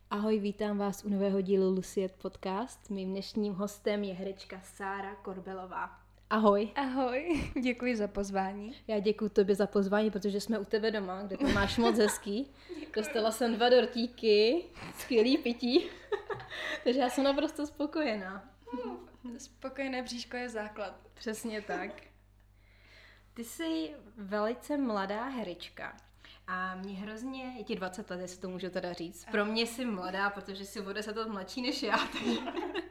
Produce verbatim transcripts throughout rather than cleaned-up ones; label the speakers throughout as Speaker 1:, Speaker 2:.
Speaker 1: Ahoj, vítám vás u nového dílu Luciet Podcast. Mým dnešním hostem je herečka Sára Korbelová. Ahoj.
Speaker 2: Ahoj, děkuji za pozvání.
Speaker 1: Já děkuji tobě za pozvání, protože jsme u tebe doma, kde to máš moc hezký. Dostala jsem dva dortíky, skvělý pití, takže já jsem naprosto spokojená.
Speaker 2: Spokojené bříško je základ.
Speaker 1: Přesně tak. Ty jsi velice mladá herečka. A mě hrozně, je ti dvacet let, jestli to můžu teda říct. Pro mě jsi mladá, protože jsi o deset let mladší než já. Takže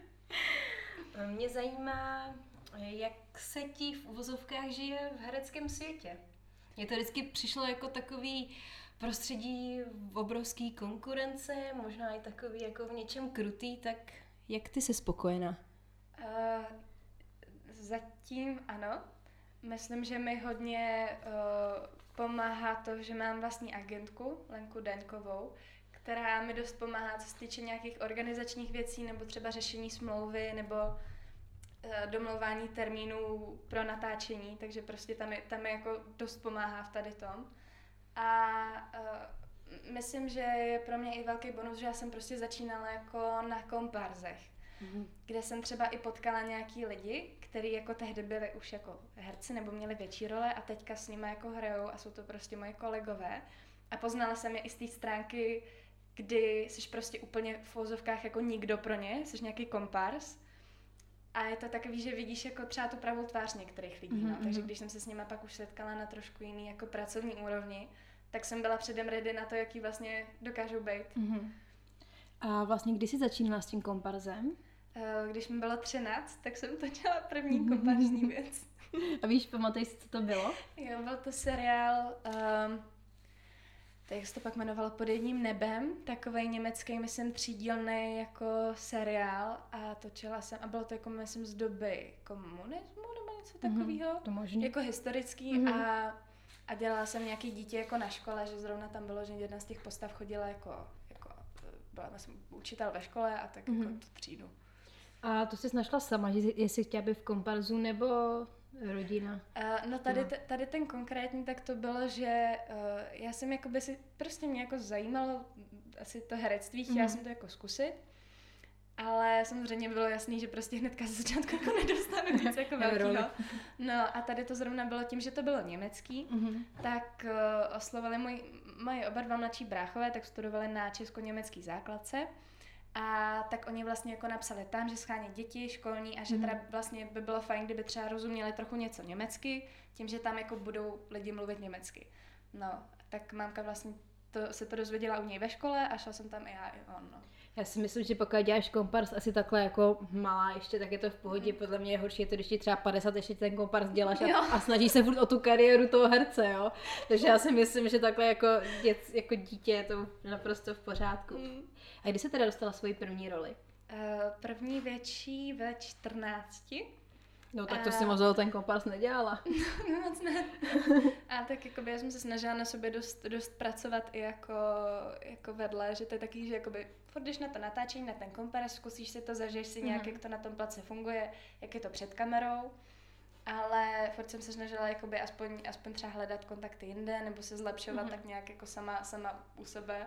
Speaker 1: mě zajímá, jak se ti v uvozovkách žije v hereckém světě. Mně to vždycky přišlo jako takový prostředí obrovský konkurence, možná i takový jako v něčem krutý, tak jak ty jsi spokojená?
Speaker 2: Uh, zatím ano. Myslím, že mi hodně uh, pomáhá to, že mám vlastní agentku, Lenku Daňkovou, která mi dost pomáhá, co se týče nějakých organizačních věcí, nebo třeba řešení smlouvy, nebo uh, domlouvání termínů pro natáčení, takže prostě tam mi, tam mi jako dost pomáhá v tady tom. A uh, myslím, že je pro mě i velký bonus, že já jsem prostě začínala jako na komparzech. Mm-hmm. Kde jsem třeba i potkala nějaký lidi, kteří jako tehdy byli už jako herci nebo měli větší role a teďka s nimi jako hrajou a jsou to prostě moje kolegové. A poznala jsem je i z té stránky, kdy jsi prostě úplně v uvozovkách jako nikdo pro ně, jsi nějaký kompars. A je to takový, že vidíš jako třeba tu pravou tvář některých lidí. Mm-hmm. No. Takže když jsem se s nima pak už setkala na trošku jiný jako pracovní úrovni, tak jsem byla předem ready na to, jaký vlastně dokážou být.
Speaker 1: Mm-hmm. A vlastně kdy jsi začínala s tím komparzem?
Speaker 2: Když mi bylo třináct, tak jsem točila první komparzní věc.
Speaker 1: A víš, pamatuješ si, co to bylo?
Speaker 2: Jo, byl to seriál, um, tak se to pak jmenovalo Pod jedním nebem, takovej německý, myslím, třídílný jako seriál a točila jsem, a bylo to jako, myslím, z doby komunismu nebo něco takového.
Speaker 1: Mm-hmm, to možný.
Speaker 2: Jako historický mm-hmm. a, a dělala jsem nějaký dítě jako na škole, že zrovna tam bylo, že jedna z těch postav chodila jako, jako byla jsem učitel ve škole a tak mm-hmm. jako tu třídu.
Speaker 1: A to jsi našla sama, jestli chtěla by v komparzu nebo rodina?
Speaker 2: Uh, no tady, t- tady ten konkrétní, tak to bylo, že uh, já jsem jakoby si, prostě mě jako zajímalo asi to herectví, chtěla mm. jsem to jako zkusit, ale samozřejmě bylo jasný, že prostě hnedka ze začátku jako nedostanu nic jako velkýho. No a tady to zrovna bylo tím, že to bylo německý, mm-hmm. tak uh, oslovili můj, moji oba dva mladší bráchové, tak studovali na česko-německý základce. A tak oni vlastně jako napsali tam, že schání děti školní a že teda vlastně by bylo fajn, kdyby třeba rozuměli trochu něco německy, tím, že tam jako budou lidi mluvit německy. No, tak mámka vlastně to, se to dozvěděla u něj ve škole a šla jsem tam i já, i on, no.
Speaker 1: Já si myslím, že pokud děláš kompars asi takhle jako malá ještě, tak je to v pohodě. Podle mě je horší, je to, když ti třeba padesát ještě ten kompars děláš a, a snažíš se furt o tu kariéru toho herce, jo. Takže já si myslím, že takhle jako, děc, jako dítě je to naprosto v pořádku. Mm. A kdy jsi teda dostala svoji první roli?
Speaker 2: Uh, první větší ve čtrnácti.
Speaker 1: No tak to a... si moc ten kompars nedělala.
Speaker 2: Moc ne. A tak jakoby, já jsem se snažila na sobě dost, dost pracovat i jako, jako vedle, že to je taky, že jakoby, furt když na to natáčení, na ten kompars, zkusíš si to, zažiješ si nějak, mm-hmm. jak to na tom place funguje, jak je to před kamerou, ale furt jsem se snažila jakoby aspoň, aspoň třeba hledat kontakty jinde, nebo se zlepšovat mm-hmm. tak nějak jako sama, sama u sebe.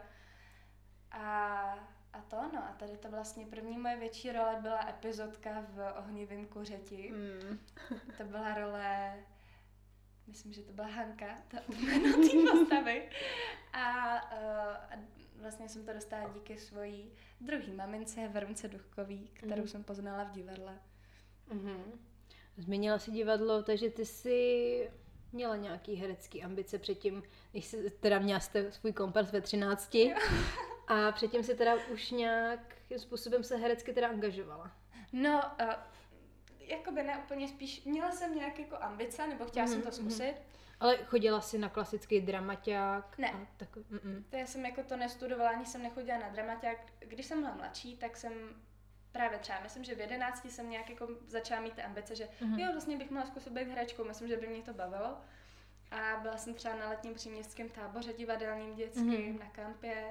Speaker 2: A... A to no, a tady to vlastně první moje větší role byla epizodka v Ohnivém kuřeti. Mm. To byla role, myslím, že to byla Hanka, to jméno té postavy. A uh, vlastně jsem to dostala díky svojí druhý mamince, Verunce Duchkový, kterou mm. jsem poznala v divadle.
Speaker 1: Mm-hmm. Změnila jsi divadlo, takže ty jsi měla nějaký herecký ambice předtím, když jsi teda měla jste svůj kompars ve třinácti. A předtím si teda už nějakým způsobem se herecky teda angažovala?
Speaker 2: No, uh, jakoby ne úplně spíš, měla jsem nějaké jako ambice, nebo chtěla mm-hmm, jsem to zkusit.
Speaker 1: Ale chodila jsi na klasický dramaťák?
Speaker 2: Ne,
Speaker 1: a tak, mm-mm.
Speaker 2: to já jsem jako to nestudovala, ani jsem nechodila na dramaťák. Když jsem byla mladší, tak jsem právě třeba, myslím, že v jedenácti jsem nějak jako začala mít ty ambice, že mm-hmm. jo, vlastně bych mohla zkusit být herečkou, myslím, že by mě to bavilo. A byla jsem třeba na letním příměstském táboře divadelním dětským, mm-hmm. na kampě.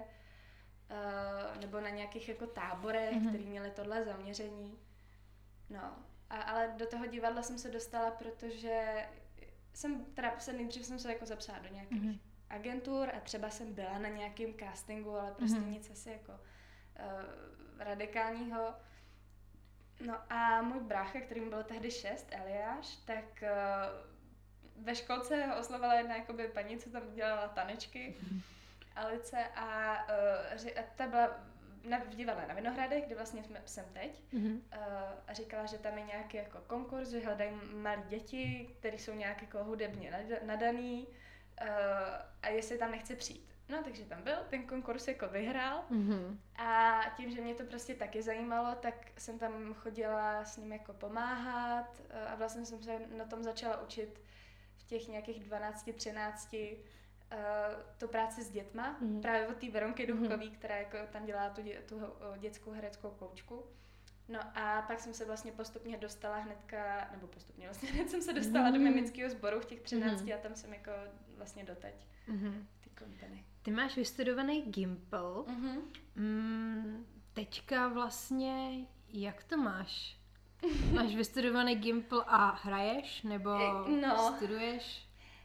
Speaker 2: Uh, nebo na nějakých jako táborech, mm-hmm. který měli tohle zaměření. No, a, ale do toho divadla jsem se dostala, protože jsem, teda se nejdřív jsem se jako zapsala do nějakých mm-hmm. agentur a třeba jsem byla na nějakém castingu, ale prostě mm-hmm. nic asi jako radikálního. No a můj brácha, kterým bylo tehdy šest, Eliáš, tak uh, ve školce ho oslovala jedna jakoby paní, co tam dělala tanečky, Alice, a, uh, a ta byla na, v divadle na Vinohradech, kde vlastně jsme, jsem teď, mm-hmm. uh, a říkala, že tam je nějaký jako konkurs, že hledají malí děti, kteří jsou nějak jako hudebně nadaný uh, a jestli tam nechce přijít. No, takže tam byl, ten konkurs jako vyhrál mm-hmm. a tím, že mě to prostě taky zajímalo, tak jsem tam chodila s ním jako pomáhat a vlastně jsem se na tom začala učit v těch nějakých dvanácti, třinácti uh, tu práci s dětma, mm-hmm. právě od té Veronky Duchkový, mm-hmm. která jako tam dělá tu, dě, tu dětskou hereckou koučku. No a pak jsem se vlastně postupně dostala hnedka, nebo postupně vlastně hned jsem se dostala mm-hmm. do mimického sboru v těch třinácti mm-hmm. a tam jsem jako vlastně doteď. Mm-hmm. Ty kompany.
Speaker 1: Ty máš vystudovaný Gimpl. Mm-hmm. Mm, teďka vlastně, jak to máš? Máš vystudovaný Gimpl a hraješ? Nebo no, studuješ?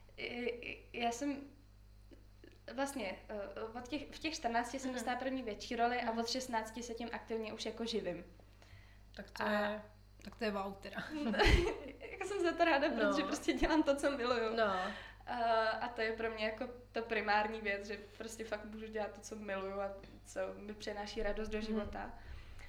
Speaker 2: Já jsem vlastně od těch, v těch čtrnácti jsem dostala první větší roli a od šestnácti se tím aktivně už jako živím.
Speaker 1: Tak to, a... je, tak to je wow teda.
Speaker 2: Jako jsem za to ráda, no. Protože prostě dělám to, co miluju.
Speaker 1: No.
Speaker 2: Uh, a to je pro mě jako to primární věc, že prostě fakt můžu dělat to, co miluju a co mi přináší radost do života. Hmm.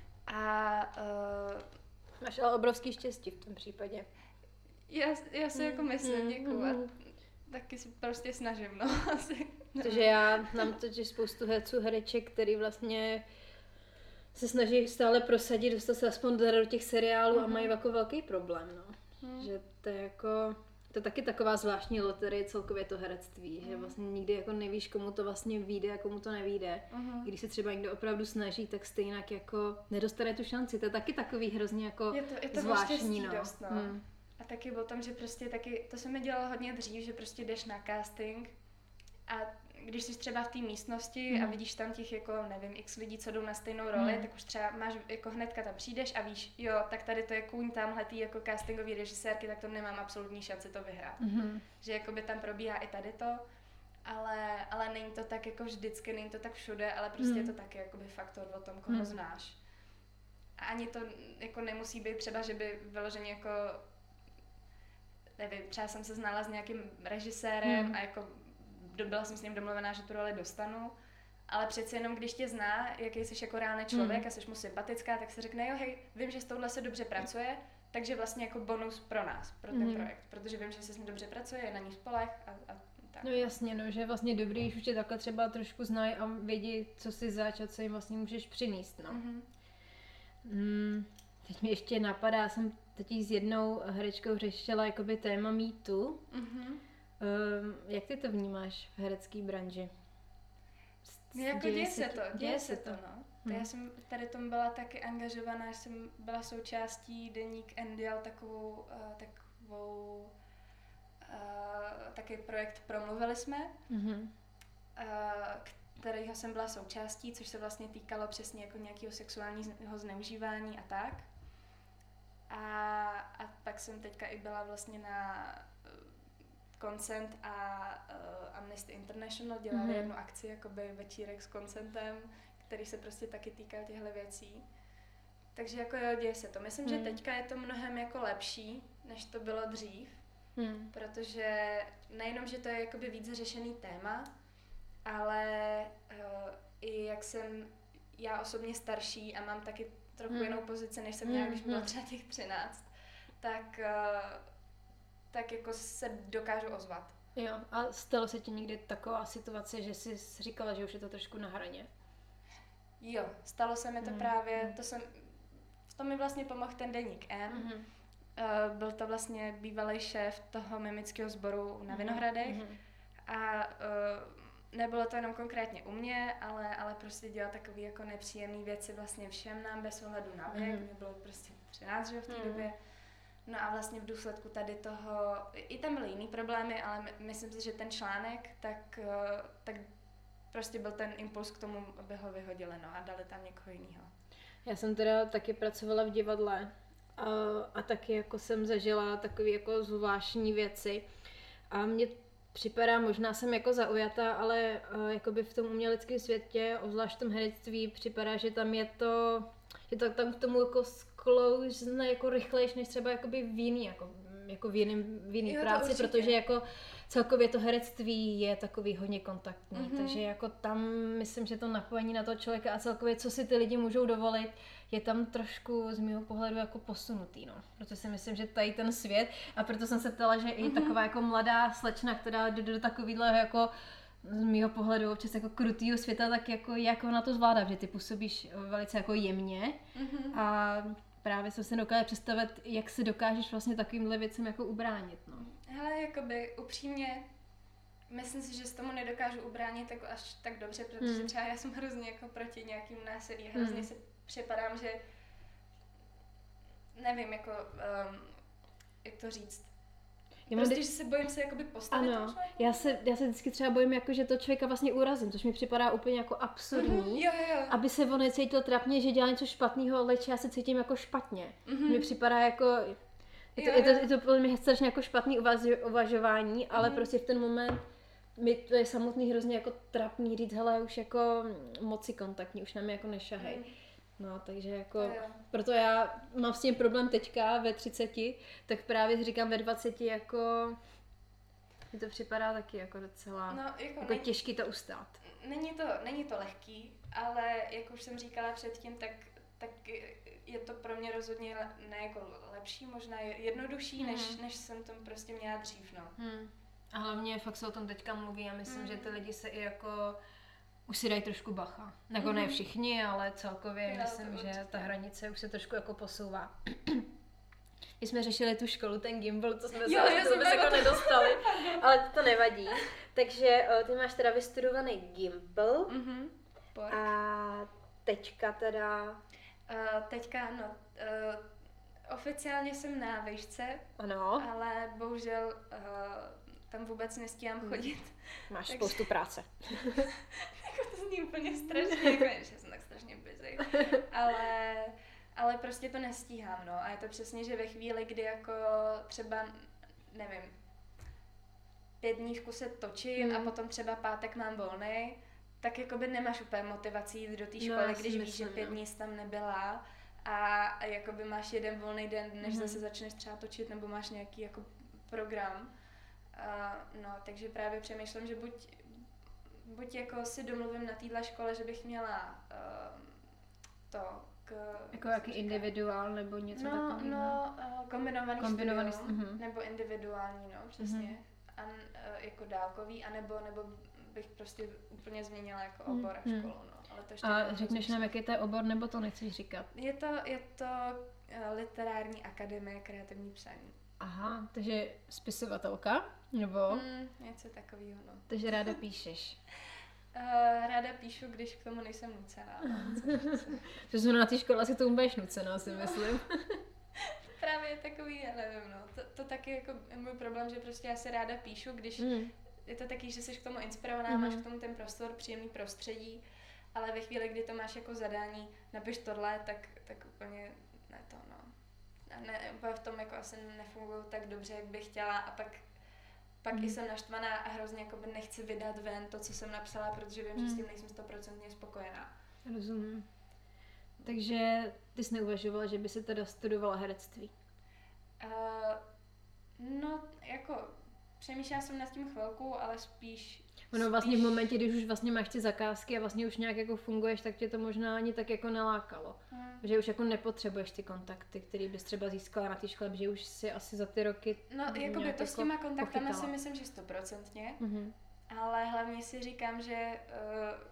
Speaker 2: A uh,
Speaker 1: máš ale obrovský štěstí v tom případě.
Speaker 2: Já, já si hmm. jako myslím, děkuju. Hmm. A taky si prostě snažím, no. Asi.
Speaker 1: Protože já mám totiž spoustu herců, hereček, který vlastně se snaží stále prosadit, dostat se aspoň do těch seriálů hmm. a mají jako velký problém, no. Hmm. Že to je jako... To je taky taková zvláštní loterie celkově to herectví, mm. že vlastně nikdy jako nevíš, komu to vlastně vyjde a komu to nevyjde. Mm. Když se třeba někdo opravdu snaží, tak stejně jako nedostane tu šanci. To je taky takový hrozně jako
Speaker 2: je to, je to
Speaker 1: zvláštní. No.
Speaker 2: Dost, no. Mm. A taky o tom, že prostě taky, to se mi dělalo hodně dřív, že prostě jdeš na casting a když jsi třeba v té místnosti mm. a vidíš tam těch jako, nevím, x lidí, co jdou na stejnou roli, mm. tak už třeba máš, jako hnedka tam přijdeš a víš, jo, tak tady to je kůň tamhletý jako castingový režisérky, tak to nemám absolutní šanci to vyhrát. Mm. Že jakoby tam probíhá i tady to, ale, ale není to tak jako vždycky, není to tak všude, ale prostě mm. je to taky jakoby faktor o tom, koho mm. znáš. A ani to jako nemusí být třeba, že by vyloženě jako, nevím, třeba jsem se znala s nějakým režisérem mm. a jako byla jsem s ním domluvená, že tu roli dostanu, ale přece jenom když tě zná, jaký jsi jako reálný člověk mm. a jsi mu sympatická, tak se řekne, jo hej, vím, že s touhle se dobře pracuje, takže vlastně jako bonus pro nás, pro ten mm. projekt, protože vím, že se s ním dobře pracuje, je na ní spoleh a, a tak.
Speaker 1: No jasně, no, že je vlastně dobrý, když už tě takhle třeba trošku znají a vědí, co si zač a co jim vlastně můžeš přinést, no. Mm-hmm. Mm, teď mi ještě napadá, já jsem teď s jednou herečkou řešila jakoby téma Me Too. Mm-hmm. Um, jak ty to vnímáš v herecké branži?
Speaker 2: Jako děje, děje se to, děje, děje se to, no. Hmm. Já jsem tady tom byla taky angažovaná, jsem byla součástí deník N dělal takovou, uh, takovou uh, taky projekt Promluvili jsme, mm-hmm. uh, kterého jsem byla součástí, což se vlastně týkalo přesně jako nějakého sexuálního zneužívání a tak. A, a pak jsem teďka i byla vlastně na Consent a uh, Amnesty International dělali mm-hmm. jednu akci, jakoby večírek s koncentem, který se prostě taky týkal těchto věcí. Takže jako jo, děje se to. Myslím, mm. že teďka je to mnohem jako lepší, než to bylo dřív, mm. protože nejenom, že to je jakoby víc řešený téma, ale uh, i jak jsem já osobně starší a mám taky trochu mm. jinou pozici, než jsem měla, když byla třeba těch třináct, tak uh, tak jako se dokážu ozvat.
Speaker 1: Jo, a stalo se ti někdy taková situace, že jsi říkala, že už je to trošku na hraně?
Speaker 2: Jo, stalo se mi to mm. právě, to jsem, v tom mi vlastně pomohl ten deník M. Mm. Uh, byl to vlastně bývalý šéf toho mimického sboru na Vinohradech mm. a uh, nebylo to jenom konkrétně u mě, ale, ale prostě dělal takový jako nepříjemný věci vlastně všem nám bez ohledu na věk, mm. mě bylo prostě třináct, že v té mm. době. No a vlastně v důsledku tady toho, i tam byly jiný problémy, ale my, myslím si, že ten článek, tak, tak prostě byl ten impuls k tomu, aby ho vyhodili, no a dali tam někoho jiného.
Speaker 1: Já jsem teda taky pracovala v divadle a, a taky jako jsem zažila takové jako zvláštní věci a mně připadá, možná jsem jako zaujatá, ale uh, jakoby v tom uměleckém světě, obzvlášť v tom herectví, připadá, že tam je to, že to tam k tomu jako sklouzne jako rychlejš, než třeba jakoby v jiný, jako, jako v jiným, v jiný
Speaker 2: Jo,
Speaker 1: práci, protože jako celkově to herectví je takový hodně kontaktní, mm-hmm. takže jako tam myslím, že to napojení na toho člověka a celkově, co si ty lidi můžou dovolit, je tam trošku z mého pohledu jako posunutý, no. Proto si myslím, že tady ten svět, a proto jsem se ptala, že i taková jako mladá slečna, která jde do takovýhle jako z mého pohledu občas jako krutýho světa, tak jako jak ona to zvládá, že ty působíš velice jako jemně mm-hmm. a právě jsem se dokázala představit, jak se dokážeš vlastně takovýmhle věcem jako ubránit, no.
Speaker 2: Hele, jakoby upřímně, myslím si, že s tomu nedokážu ubránit jako až tak dobře, protože hmm. třeba já jsem hrozně jako proti nějakým násilí, hrozně hmm. si připadám, že nevím, jako, um, jak to říct. Já prostě, kdy... že se bojím se jakoby postavit.
Speaker 1: Ano, já se, já se vždycky třeba bojím, jako, že to člověka vlastně urazím, což mi připadá úplně jako absurdní,
Speaker 2: mm-hmm, jo, jo.
Speaker 1: aby se on necítil trapně, že dělá něco špatného, ale já se cítím jako špatně. Mm-hmm. Mi připadá jako, je to, jo, je to, je to podle mě strašně jako špatný uvaž- uvažování, ale mm-hmm. prostě v ten moment mi to je samotný hrozně jako trapný říct, hele, už jako moci kontaktní, už na mě jako nešahej. Mm. No, takže jako, jo. Proto já mám s tím problém teďka ve třiceti, tak právě říkám ve dvaceti jako, mi to připadá taky jako docela
Speaker 2: no, jako
Speaker 1: jako
Speaker 2: není,
Speaker 1: těžký to ustát.
Speaker 2: Není to, není to lehký, ale jak už jsem říkala předtím, tak, tak je to pro mě rozhodně ne jako lepší, možná jednodušší, hmm. než, než jsem to prostě měla dřív, no.
Speaker 1: Hmm. A hlavně fakt se o tom teďka mluví a myslím, hmm. že ty lidi se i jako už si dají trošku bacha. Jako mm-hmm. ne všichni, ale celkově já myslím, že ta hranice už se trošku jako posouvá. My jsme řešili tu školu, ten gimbal, co jsme
Speaker 2: jo,
Speaker 1: se, jsme se jako nedostali, ale to nevadí. Takže ty máš teda vystudovaný gimbal
Speaker 2: mm-hmm.
Speaker 1: a teďka teda...
Speaker 2: Uh, teďka, no, uh, oficiálně jsem na výšce,
Speaker 1: ano.
Speaker 2: ale bohužel uh, tam vůbec nestíhám hmm. chodit.
Speaker 1: Máš takže... spoustu práce.
Speaker 2: Jako to zní úplně strašně, jako že jsem tak strašně busy. Ale, ale prostě to nestíhám, no. A je to přesně, že ve chvíli, kdy jako třeba, nevím, pět dní v kuse točím hmm. a potom třeba pátek mám volný, tak jakoby nemáš úplně motivaci jít do té školy, no, když víš, že pět dní jsi tam nebyla a, a jakoby máš jeden volný den, než hmm. zase začneš třeba točit, nebo máš nějaký jako program. Uh, no, takže právě přemýšlím, že buď, buď jako si domluvím na téhle škole, že bych měla uh, to k...
Speaker 1: Jako jaký individuál nebo něco
Speaker 2: no,
Speaker 1: takového?
Speaker 2: No, uh, kombinovaný,
Speaker 1: kombinovaný
Speaker 2: studium,
Speaker 1: uh-huh.
Speaker 2: nebo individuální, no, přesně. Uh-huh. A uh, jako dálkový, anebo nebo bych prostě úplně změnila jako obor a školu, no. Ale to ještě
Speaker 1: a řekneš nám, jaký to je obor, nebo to nechceš říkat?
Speaker 2: Je to, je to uh, literární akademie, kreativní psaní.
Speaker 1: Aha, takže spisovatelka, nebo?
Speaker 2: Mm, něco takového, no.
Speaker 1: Takže ráda píšeš.
Speaker 2: Uh, ráda píšu, když k tomu nejsem nucená.
Speaker 1: To znamená, na té škole asi tomu budeš nucená, si myslím.
Speaker 2: Právě je takový, já nevím, no. To, to taky jako je můj problém, že prostě já se ráda píšu, když mm. je to taky, že jsi k tomu inspirovaná, mm. máš k tomu ten prostor, příjemný prostředí, ale ve chvíli, kdy to máš jako zadání, napiš tohle, tak, tak úplně ne to, no. A ne, úplně v tom jako asi nefunguju tak dobře, jak bych chtěla a pak pak mm. i jsem naštvaná a hrozně jakoby nechci vydat ven to, co jsem napsala, protože vím, mm. že s tím nejsem stoprocentně spokojená.
Speaker 1: Rozumím. Takže ty jsi neuvažovala, že by si teda studovala herectví?
Speaker 2: Uh, no, jako přemýšlela jsem nad tím chvilku, ale spíš...
Speaker 1: Ono vlastně v momentě, když už vlastně máš ty zakázky a vlastně už nějak jako funguješ, tak tě to možná ani tak jako nelákalo. Hmm. Že už jako nepotřebuješ ty kontakty, který bys třeba získala na té škole, protože už si asi za ty roky...
Speaker 2: No, jako by to s těma kontaktama si myslím, že stoprocentně, mm-hmm. ale hlavně si říkám, že uh,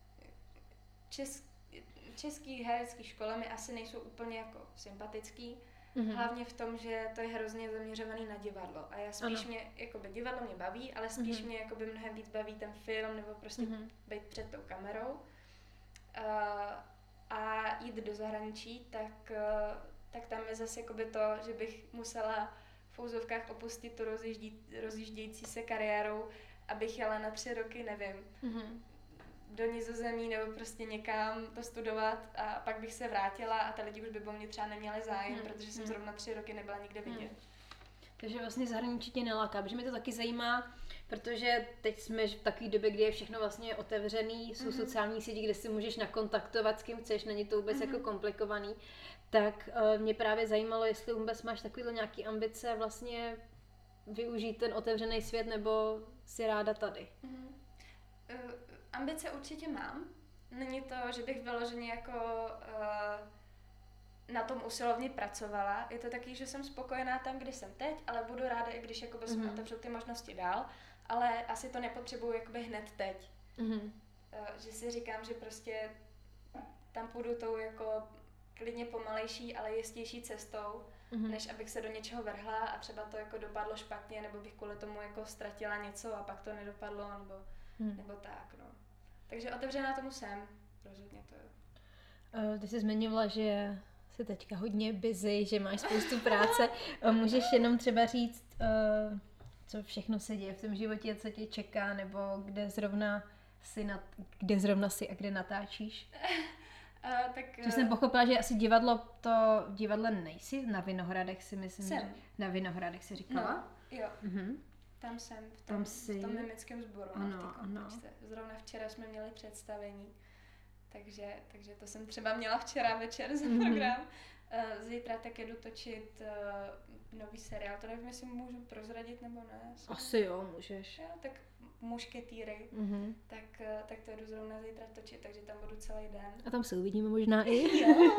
Speaker 2: čes, český herecký školy mi asi nejsou úplně jako sympatický. Mm-hmm. Hlavně v tom, že to je hrozně zaměřovaný na divadlo. A já spíš ano. mě, jakoby divadlo mě baví, ale spíš mm-hmm. mě jakoby mnohem víc baví ten film nebo prostě mm-hmm. být před tou kamerou. Uh, a jít do zahraničí, tak, uh, tak tam je zase jakoby to, že bych musela v úzovkách opustit tu rozjíždí, rozjíždějící se kariérou, abych jela na tři roky, nevím, mm-hmm. do Nizozemí nebo prostě někam to studovat a pak bych se vrátila a ty lidi už by po mně třeba neměli zájem, hmm. protože jsem zrovna tři roky nebyla nikde vidět.
Speaker 1: Hmm. Takže vlastně zahraničí tě neláká, protože mě to taky zajímá, protože teď jsme v takové době, kdy je všechno vlastně otevřený, jsou mm-hmm. sociální sítě, kde si můžeš nakontaktovat s kým chceš, není to vůbec mm-hmm. jako komplikovaný. Tak uh, mě právě zajímalo, jestli vůbec máš takovýhle nějaký ambice vlastně využít ten otevřený svět, nebo si ráda tady?
Speaker 2: Mm-hmm. Uh, ambice určitě mám. Není to, že bych vyloženě jako uh, na tom usilovně pracovala. Je to taky, že jsem spokojená tam, kde jsem teď, ale budu ráda, i když jakoby mm-hmm. otevřu ty možnosti dál, ale asi to nepotřebuju jakoby hned teď. Mm-hmm. Uh, že si říkám, že prostě tam půjdu tou jako klidně pomalejší, ale jistější cestou, mm-hmm. než abych se do něčeho vrhla a třeba to jako dopadlo špatně, nebo bych kvůli tomu jako ztratila něco a pak to nedopadlo, nebo, mm. nebo tak, no. Takže otevřená tomu jsem, rozhodně to jo.
Speaker 1: Uh, ty jsi zmiňovala, že jsi teďka hodně busy, že máš spoustu práce. Můžeš jenom třeba říct, uh, co všechno se děje v tom životě, co tě čeká, nebo kde zrovna si, nat- kde zrovna si a kde natáčíš?
Speaker 2: Uh, tak, uh...
Speaker 1: Co jsem pochopila, že asi divadlo, to divadle nejsi, na Vinohradech si myslím,
Speaker 2: jsem.
Speaker 1: že na Vinohradech si říkala.
Speaker 2: No, jo. Uh-huh. Tam jsem, v tom,
Speaker 1: Tam jsi...
Speaker 2: v tom mimickém sboru,
Speaker 1: ano,
Speaker 2: v té
Speaker 1: ano.
Speaker 2: Zrovna včera jsme měli představení, takže, takže to jsem třeba měla včera večer za
Speaker 1: mm-hmm.
Speaker 2: program. Uh, zítra tak jedu točit uh, nový seriál, to nevím, jestli můžu prozradit nebo ne.
Speaker 1: Asi jo, můžeš.
Speaker 2: Jo, tak Mušketýry, mm-hmm. tak, uh, tak to jedu zrovna zítra točit, takže tam budu celý den.
Speaker 1: A tam se uvidíme možná i.
Speaker 2: Jo.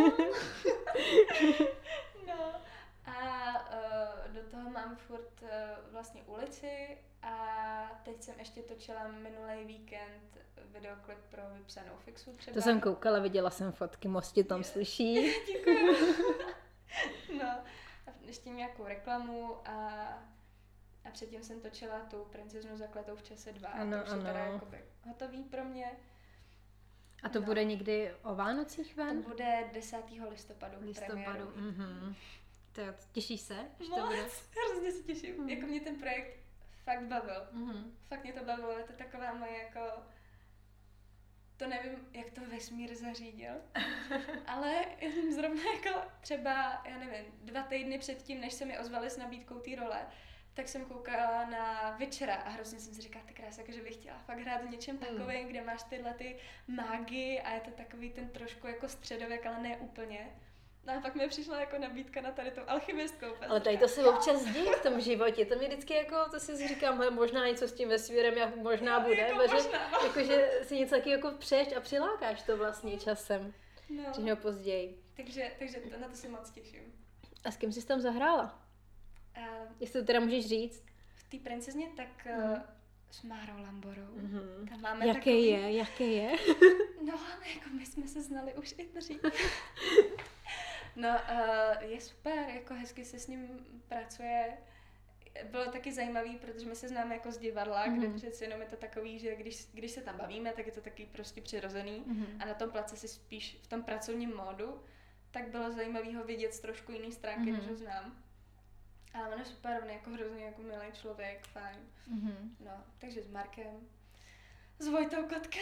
Speaker 2: No. A uh, do toho mám furt uh, vlastně ulici a teď jsem ještě točila minulý víkend videoklip pro Vypsanou fixu třeba.
Speaker 1: To jsem koukala, viděla jsem fotky, moc tě tam slyší.
Speaker 2: Děkuji. No, a ještě nějakou reklamu a, a předtím jsem točila tu Princeznu zakletou v čase dva.
Speaker 1: Ano,
Speaker 2: a to už
Speaker 1: ano.
Speaker 2: je teda jakoby hotový pro mě.
Speaker 1: A to no. bude někdy o Vánocích ven?
Speaker 2: To bude desátého listopadu.
Speaker 1: Listopadu, mhm. To jo, těšíš se? Že
Speaker 2: Moc,
Speaker 1: to bude?
Speaker 2: hrozně se těším. Mm. Jako mě ten projekt fakt bavil. Mm. Fakt mě to bavilo, je to taková moje jako... To nevím, jak to vesmír zařídil, ale zrovna jako třeba, já nevím, dva týdny předtím, než se mi ozvali s nabídkou té role, tak jsem koukala na Večera a hrozně jsem si říkala, tak krásně, že bych chtěla fakt hrát v něčem takovém, mm. kde máš tyhle ty mágy a je to takový ten trošku jako středověk, ale ne úplně. No a pak mi přišla jako nabídka na tady tu alchymistkou.
Speaker 1: Ale tady to se občas děje v tom životě. To mi vždycky jako, to si říkám, hele, možná něco s tím vesmírem, jak možná bude,
Speaker 2: jako,
Speaker 1: protože,
Speaker 2: možná, no.
Speaker 1: jako, že si něco taky jako přeješ a přilákáš to vlastně časem.
Speaker 2: No.
Speaker 1: Dřív později.
Speaker 2: Takže, takže to, na to se moc těším.
Speaker 1: A s kým jsi tam zahrála?
Speaker 2: Uh,
Speaker 1: Jestli to teda můžeš říct.
Speaker 2: V té princezně tak mm. uh, s Márou Lamborou. Mm-hmm. Tam máme
Speaker 1: jaké
Speaker 2: takový...
Speaker 1: je, jaké je?
Speaker 2: No, jako my jsme se znali už i dřív. No, uh, je super, jako hezky se s ním pracuje. Bylo taky zajímavý, protože my se známe jako z divadla, mm-hmm. kde přeci jenom je to takový, že když, když se tam bavíme, tak je to taky prostě přirozený. Mm-hmm. A na tom place si spíš v tom pracovním módu, tak bylo zajímavý ho vidět z trošku jiný stránky, mm-hmm. než ho znám. Ale on je super, on je jako hrozně jako milý člověk, fajn. Mm-hmm. No, takže s Markem, s Vojtou Kotkem.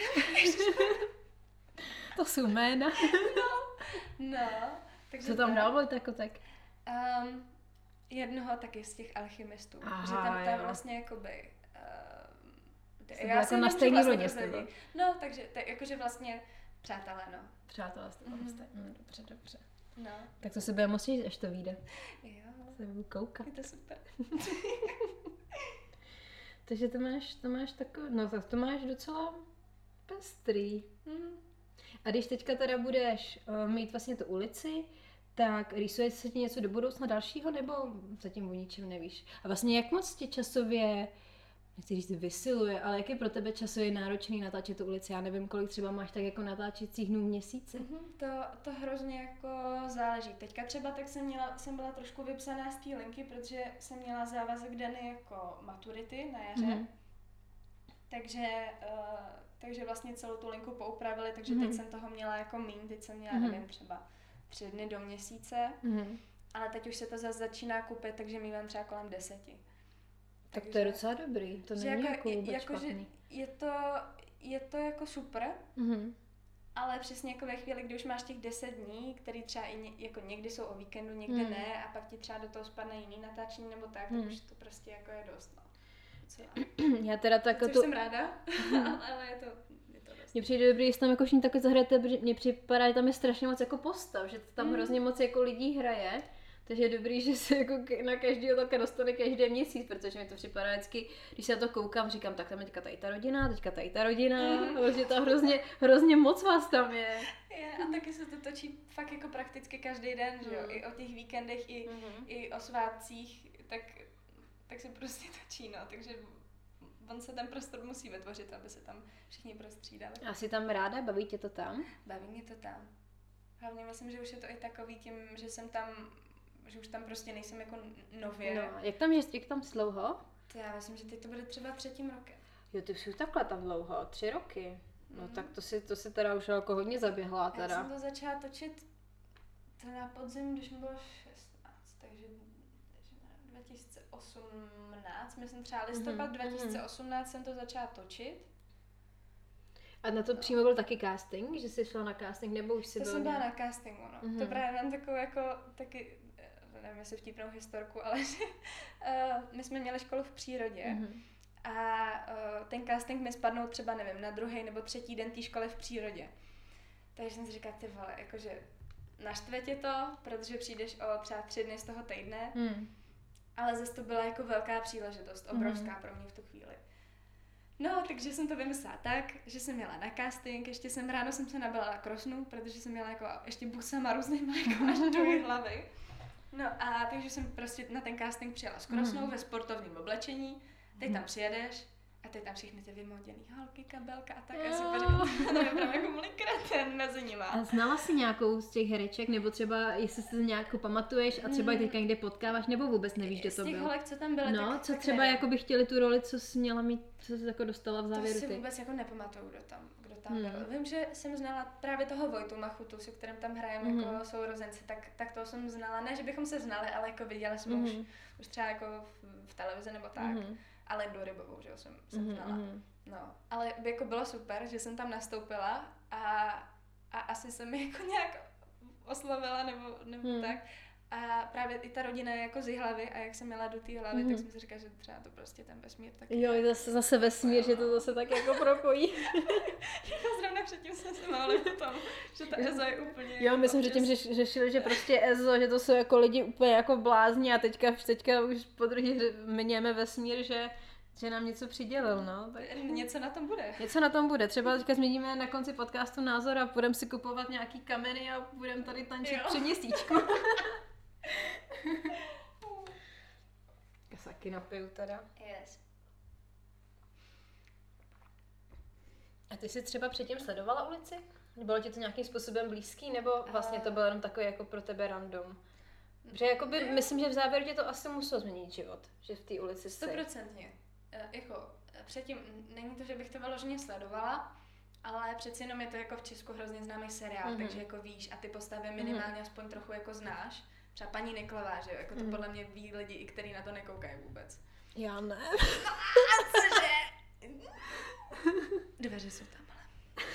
Speaker 1: To jsou jména.
Speaker 2: No, no. Takže
Speaker 1: co tam hrál Vojta Kotek?
Speaker 2: Um, jednoho taky z těch alchymistů.
Speaker 1: Aha,
Speaker 2: že tam, tam
Speaker 1: jo.
Speaker 2: vlastně jakoby... Uh,
Speaker 1: já jako na stejný
Speaker 2: vlastně
Speaker 1: lodě s tebou.
Speaker 2: No, takže tak, jakože vlastně přátelé, no.
Speaker 1: Přátelé s tebou
Speaker 2: mm-hmm.
Speaker 1: jste. Mm, dobře, dobře.
Speaker 2: No.
Speaker 1: Tak to se bude moc říct, až to vyjde.
Speaker 2: Jo.
Speaker 1: Se budu koukat.
Speaker 2: Je to super.
Speaker 1: Takže to máš, to máš takový, no tak to máš docela pestrý. Mm. A když teďka teda budeš uh, mít vlastně tu ulici, tak rýsuje se ti něco do budoucna dalšího, nebo zatím o ničem nevíš? A vlastně jak moc tě časově, nechci říct vysiluje, ale jak je pro tebe časově náročný natáčet tu ulici? Já nevím, kolik třeba máš tak jako natáčecích dnů v měsíci.
Speaker 2: Mm-hmm, to, to hrozně jako záleží. Teďka třeba tak jsem, měla, jsem byla trošku vypsaná z té linky, protože jsem měla závazek daný jako maturity na jaře. Mm-hmm. Takže, uh, takže vlastně celou tu linku poupravili, takže mm-hmm. teď jsem toho měla jako míň, teď jsem měla, mm-hmm. nevím, třeba tři dny do měsíce, mm-hmm. ale teď už se to zase začíná kupit, takže mívám třeba kolem deseti.
Speaker 1: Tak takže, to je docela dobrý, to není jako, jako vůbec
Speaker 2: jako
Speaker 1: špatný.
Speaker 2: Je to, je to jako super, mm-hmm. ale přesně jako ve chvíli, kdy už máš těch deset dní, který třeba i ně, jako někdy jsou o víkendu, někdy hmm. ne, a pak ti třeba do toho spadne jiný natáčení nebo tak, hmm. tak už to prostě jako je dost, no. Co
Speaker 1: já teda tak
Speaker 2: Což
Speaker 1: to...
Speaker 2: jsem ráda, ale je to, je to dost.
Speaker 1: Mně přijde dobrý, jestli tam jako všichni takhle zahrajete, protože mně připadá, že tam je strašně moc jako postav, že tam hmm. hrozně moc jako lidí hraje. Takže je dobrý, že se jako na každého také dostane každý měsíc, protože mi to připadá vždycky, když se na to koukám, říkám, tak tam je teďka tady ta rodina, teďka tady ta rodina, mm. protože to hrozně, hrozně moc vás tam je.
Speaker 2: je. A taky se to točí fakt jako prakticky každý den, mm. že jo, i o těch víkendech, i, mm. i o svátcích, tak, tak se prostě točí, no, takže on se ten prostor musí vytvořit, aby se tam všichni prostřídali.
Speaker 1: A jsi tam ráda? Baví tě to tam?
Speaker 2: Baví mě to tam. Hlavně myslím, že už je to i takový tím, že jsem tam, že už tam prostě nejsem jako nově.
Speaker 1: No, jak tam je, jak tam dlouho?
Speaker 2: To já myslím, že teď to bude třeba třetím rokem.
Speaker 1: Jo, ty jsi už takhle tam dlouho, tři roky. No mm. tak to si, to si teda už jako hodně zaběhla teda.
Speaker 2: Já jsem to začala točit to na podzim, když mi bylo šestnáct, takže dva tisíce osmnáct, myslím třeba listopad mm-hmm. dva tisíce osmnáct jsem to začala točit.
Speaker 1: A na to no. přímo byl taky casting, že jsi šla na casting, nebo už jsi
Speaker 2: to
Speaker 1: byla?
Speaker 2: To jsem byla na castingu, no. Mm-hmm. To právě mám takovou jako, taky, nevím, jestli vtipnou historku, ale že uh, my jsme měli školu v přírodě mm-hmm. a uh, ten casting mi spadnul třeba, nevím, na druhý nebo třetí den té školy v přírodě. Takže jsem si říkala, ty vole, jakože naštve tě to, protože přijdeš o třeba tři dny z toho týdne, mm. ale zase to byla jako velká příležitost, obrovská mm. pro mě v tu chvíli. No, takže jsem to vymyslela tak, že jsem měla na casting, ještě jsem ráno jsem se nabila krosnu, protože jsem měla jako ještě busama různýma jako až do hlavy. No a takže jsem prostě na ten casting přijela s krosnou mm. ve sportovním oblečení, teď tam přijedeš a teď tam všechny ty vymoděný holky, kabelka a tak. Já si poříkám, to je právě jako malý kreten mezi nima.
Speaker 1: A znala jsi nějakou z těch hereček, nebo třeba, jestli si nějakou pamatuješ a třeba mm. teďka někde potkáváš, nebo vůbec nevíš, kde to bylo?
Speaker 2: Z těch holek, co tam byly,
Speaker 1: no,
Speaker 2: tak,
Speaker 1: co
Speaker 2: tak
Speaker 1: třeba jako by chtěli tu roli, co jsi měla mít, co jsi jako dostala v závěru ty?
Speaker 2: To si vůbec jako nepamatuju, kdo tam, kdo tam mm. byl. Vím, že jsem znala právě toho Vojtu Machutu, se kterým tam hrajeme mm. jako sourozenci, tak, tak toho jsem znala. Ne, že bychom se znali, ale jako viděla jsme mm. už, už třeba jako v, v televizi nebo tak. Mm. A Lendu Rybovou, že jo, jsem, jsem znala. Mm. No, ale by jako bylo super, že jsem tam nastoupila a, a asi jsem mi jako nějak oslovila nebo, nebo hmm. tak. A právě i ta rodina je jako z Jihlavy a jak jsem jela do té hlavy, hmm. tak jsem si říkala, že třeba to prostě ten vesmír taky.
Speaker 1: Jo, zase, zase vesmír, no. Že to zase tak jako propojí.
Speaker 2: Jako zrovna předtím jsem se máli o tom, že ta Ezo je úplně...
Speaker 1: Jo, my jsme předtím řeš, řešili, že prostě Ezo, že to jsou jako lidi úplně jako blázni a teďka, teďka už po druhý mějeme vesmír, že že nám něco přidělil, no. Tak...
Speaker 2: Něco na tom bude.
Speaker 1: Něco na tom bude. Třeba teďka změníme na konci podcastu názor a budeme si kupovat nějaký kameny a budeme tady tančit při měsíčku. Já se taky napiju teda.
Speaker 2: Yes.
Speaker 1: A ty jsi třeba předtím sledovala ulici? Bylo ti to nějakým způsobem blízký, nebo vlastně to bylo jenom takový jako pro tebe random? Protože jakoby, myslím, že v závěru tě to asi muselo změnit život, že v té ulici jsi.
Speaker 2: Stoprocentně. Jako předtím, není to, že bych to vyloženě sledovala, ale přeci jenom je to jako v Česku hrozně známý seriál, mm-hmm. takže jako víš a ty postavy minimálně mm-hmm. aspoň trochu jako znáš. Třeba paní Niklová, že jo, jako to mm-hmm. podle mě ví lidi, i který na to nekoukají vůbec.
Speaker 1: Já ne.
Speaker 2: A cože? Dveře jsou tam, ale.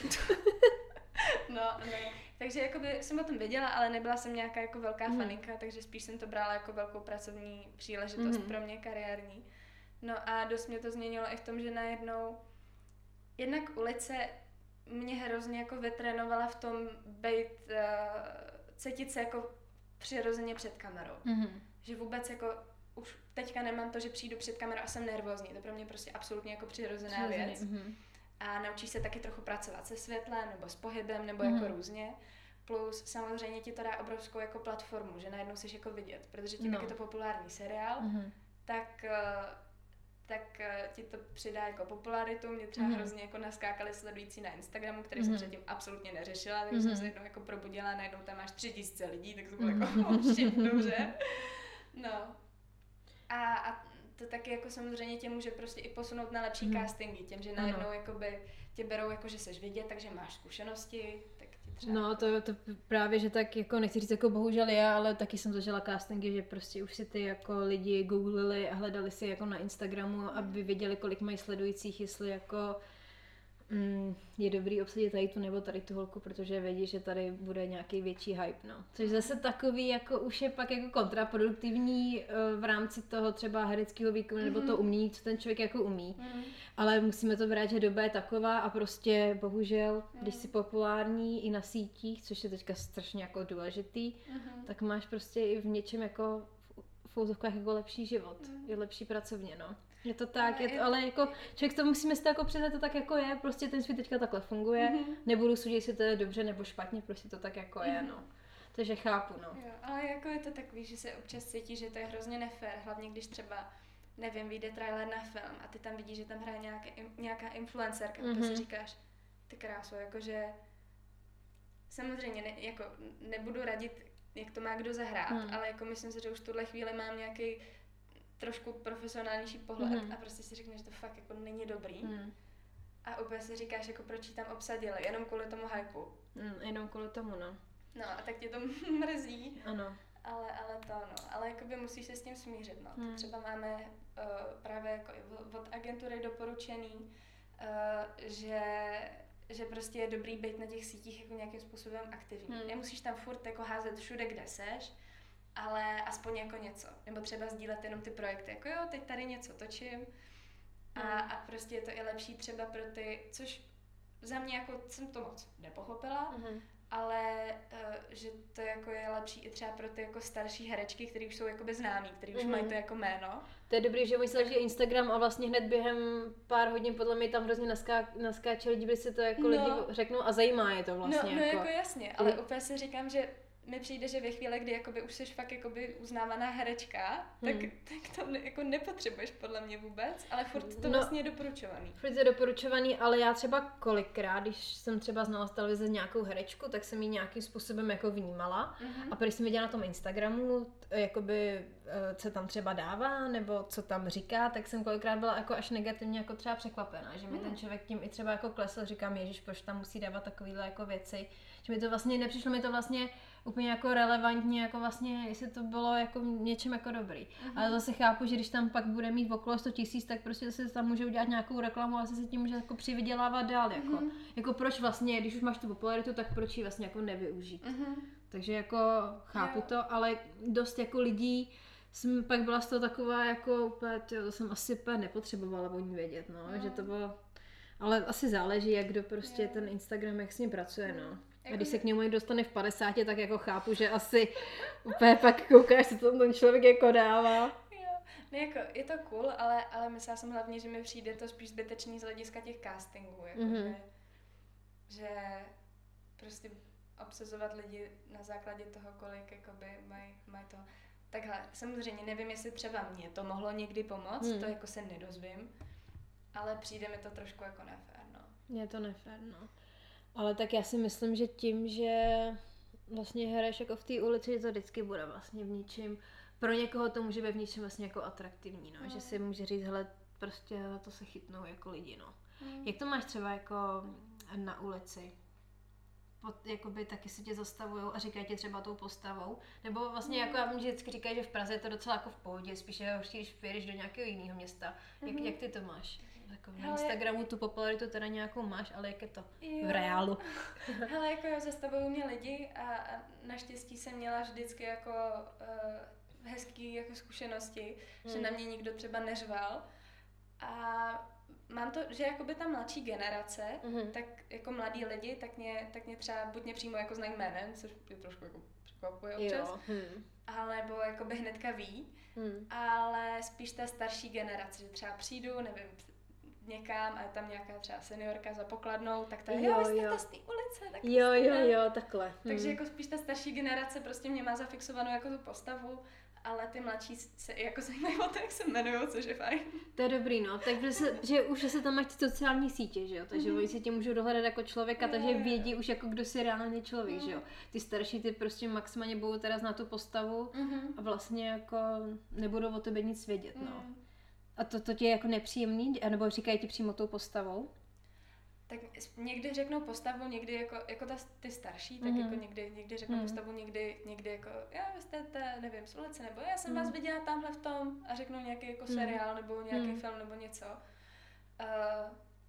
Speaker 2: No, ne. Takže jakoby jsem o tom věděla, ale nebyla jsem nějaká jako velká mm. faninka, takže spíš jsem to brala jako velkou pracovní příležitost mm. pro mě, kariérní. No a dost mě to změnilo i v tom, že najednou jednak ulice mě hrozně jako vytrénovala v tom být, uh, cítit se jako přirozeně před kamerou. Mm. Že vůbec jako už teďka nemám to, že přijdu před kamerou a jsem nervózní. To pro mě prostě absolutně jako přirozená Přirozený. věc. Mm. A naučíš se taky trochu pracovat se světlem nebo s pohybem nebo mm. jako různě. Plus samozřejmě ti to dá obrovskou jako platformu, že najednou jsi jako vidět, protože tím, no. jak je to populární seriál, mm. tak, tak ti to přidá jako popularitu. Mě třeba mm. hrozně jako naskákali sledující na Instagramu, který mm. jsem předtím absolutně neřešila, takže mm. jsem se jednou jako probudila, najednou tam máš tři tisíce lidí, tak to bylo mm. jako oh, dobře. No. A, a to taky jako samozřejmě tě může prostě i posunout na lepší mm. castingy, tím, že najednou ano. jakoby tě berou jako, že seš vidět, takže máš zkušenosti, tak ti třeba...
Speaker 1: No to, to právě, že tak jako nechci říct jako bohužel já, ale taky jsem zažila castingy, že prostě už si ty jako lidi googlili a hledali si jako na Instagramu, mm. aby věděli, kolik mají sledujících, jestli jako mm, je dobrý obsadit tady tu nebo tady tu holku, protože vědí, že tady bude nějaký větší hype, no. Což zase takový, jako už je pak jako kontraproduktivní uh, v rámci toho třeba hereckého výkonu, mm-hmm. nebo to umění, co ten člověk jako umí. Mm. Ale musíme to brát, že doba je taková a prostě bohužel, mm. když jsi populární i na sítích, což je teďka strašně jako důležitý, mm-hmm. tak máš prostě i v něčem jako v úzovkách jako lepší život, mm. je lepší pracovně, no. Je to tak, ale, je to, ale jako člověk to musíme si to jako přiznat, to tak jako je, prostě ten svět teďka takhle funguje, mm-hmm. nebudu soudit, jestli to je dobře nebo špatně, prostě to tak jako mm-hmm. je, no. Takže chápu, no.
Speaker 2: Jo, ale jako je to takový, že se občas cítí, že to je hrozně nefér, hlavně když třeba, nevím, vyjde trailer na film a ty tam vidíš, že tam hraje nějaké, nějaká influencerka, mm-hmm. to si říkáš, ty kráso, jakože samozřejmě ne, jako nebudu radit, jak to má kdo zahrát, mm. ale jako myslím si, že už v tuhle chvíli mám nějaký trošku profesionálnější pohled mm. a prostě si řekneš, že to fakt jako není dobrý. Mm. A úplně si říkáš, jako proč ji tam obsadili, jenom kvůli tomu hypeu.
Speaker 1: Mm, jenom kvůli tomu, no.
Speaker 2: No a tak tě to mrzí.
Speaker 1: Ano.
Speaker 2: Ale, ale to no, ale jakoby musíš se s tím smířit, no. Mm. Třeba máme uh, právě jako od agentury doporučený, uh, že že prostě je dobrý být na těch sítích jako nějakým způsobem aktivní. Hmm. Nemusíš tam furt jako házet všude, kde seš, ale aspoň jako něco. Nebo třeba sdílet jenom ty projekty, jako jo, teď tady něco točím a, hmm. a prostě je to i lepší třeba pro ty, což za mě jako jsem to moc nepochopila, hmm. ale uh, že to jako je lepší i třeba pro ty jako starší herečky, které už jsou jakoby známí, které už hmm. mají to jako jméno.
Speaker 1: To je dobrý, že oni se Instagram a vlastně hned během pár hodin podle mě tam hrozně naská, naskáče lidi, si to jako no. lidi řeknou a zajímá je to vlastně.
Speaker 2: No, no jako, jako jasně, ale je... úplně si říkám, že mi přijde, že ve chvíli, kdy jakoby už jsi fakt jakoby uznávaná herečka, tak, hmm. tak to ne, jako nepotřebuješ podle mě vůbec, ale furt to no, vlastně je doporučovaný.
Speaker 1: Furt je doporučovaný, ale já třeba kolikrát, když jsem třeba znala z televize nějakou herečku, tak jsem ji nějakým způsobem jako vnímala mm-hmm. a když jsem viděla na tom Instagramu, jakoby, co tam třeba dává, nebo co tam říká, tak jsem kolikrát byla jako až negativně jako třeba překvapená, že mi mm. ten člověk tím i třeba jako klesl, říkám, ježiš, proč tam musí dávat takovýhle jako věci, že mi to vlastně nepřišlo mi to vlastně úplně jako relevantně, jako vlastně, jestli to bylo jako něčem jako dobrý. Mm-hmm. Ale zase chápu, že když tam pak bude mít okolo sto tisíc, tak prostě se tam může udělat nějakou reklamu, ale se tím může jako přivydělávat dál, jako. Mm-hmm. Jako proč vlastně, když už máš tu popularitu, tak proč ji vlastně jako nevyužít. Mm-hmm. Takže jako chápu jo. to, ale dost jako lidí jsem pak byla z toho taková jako úplně, tyjo, to jsem asi úplně nepotřebovala o ní vědět, no, no. že to bylo, ale asi záleží, jak kdo prostě jo. ten Instagram, jak s ním pracuje, no. A když se k němu dostane v padesáti, tak jako chápu, že asi úplně pak koukáš, co tam ten člověk jako dává.
Speaker 2: Jo, ne, jako, je to cool, ale, ale myslela jsem hlavně, že mi přijde to spíš zbytečný z hlediska těch castingů, jako, mm-hmm. že, že prostě obsazovat lidi na základě toho, kolik jakoby mají maj to. Takhle, samozřejmě nevím, jestli třeba mě to mohlo někdy pomoct, hmm. to jako se nedozvím, ale přijde mi to trošku jako nefér, no.
Speaker 1: Je to nefér, no. Ale tak já si myslím, že tím, že vlastně hraješ jako v té ulici, že to vždycky bude vlastně v ničem, pro někoho to může být v ničem vlastně jako atraktivní, no. Hmm. Že si může říct, hele, prostě to se chytnou jako lidi, no. Hmm. Jak to máš třeba jako na ulici? Pod, jakoby taky se tě zastavujou a říkají ti třeba tou postavou, nebo vlastně mm. jako já vím, že vždycky říkají, že v Praze je to docela jako v pohodě, spíš je horší, když vyjedeš do nějakého jiného města. Jak, mm. jak ty to máš? Jako na Instagramu tu popularitu teda nějakou máš, ale jak je to jo. v reálu?
Speaker 2: Hele, jako zastavují mě lidi a, a naštěstí jsem měla vždycky jako uh, hezký jako zkušenosti, mm. že na mě nikdo třeba neřval a mám to, že jakoby ta mladší generace, mm-hmm. tak jako mladí lidi, tak mě, tak mě třeba buď mě přímo jako znají jménem, což je trošku jako překvapuje občas, hmm. alebo jakoby hnedka ví, hmm. ale spíš ta starší generace, že třeba přijdu, nevím, někam a je tam nějaká třeba seniorka za pokladnou, tak to je, jo, jo, jste jo. ta z té ulice. Tak
Speaker 1: jo, jo, jo, takhle.
Speaker 2: Takže
Speaker 1: hmm.
Speaker 2: jako spíš ta starší generace prostě mě má zafixovanou jako tu postavu, ale ty mladší se jako zajímají o to, jak se jmenujou, což je fajn.
Speaker 1: To je dobrý, no. Takže se, že už se tam máš ty sociální sítě, že jo? Takže mm-hmm. oni si tě můžou dohledat jako člověka, jo, takže vědí už jako kdo si reálně člověk, mm. že jo? Ty starší ty prostě maximálně budou teda znát tu postavu mm-hmm. a vlastně jako nebudou o tebe nic vědět, no. Mm. A to, to tě je jako nepříjemný, nebo říkají ti přímo tou postavou?
Speaker 2: Tak někdy řeknou postavu, někdy jako, jako ta, ty starší, tak mm. jako někdy, někdy řeknou mm. postavu, někdy, někdy jako, já vy jste, te, nevím, z ulice, nebo já jsem mm. vás viděla tamhle v tom a řeknou nějaký jako seriál, nebo nějaký mm. film, nebo něco. Uh,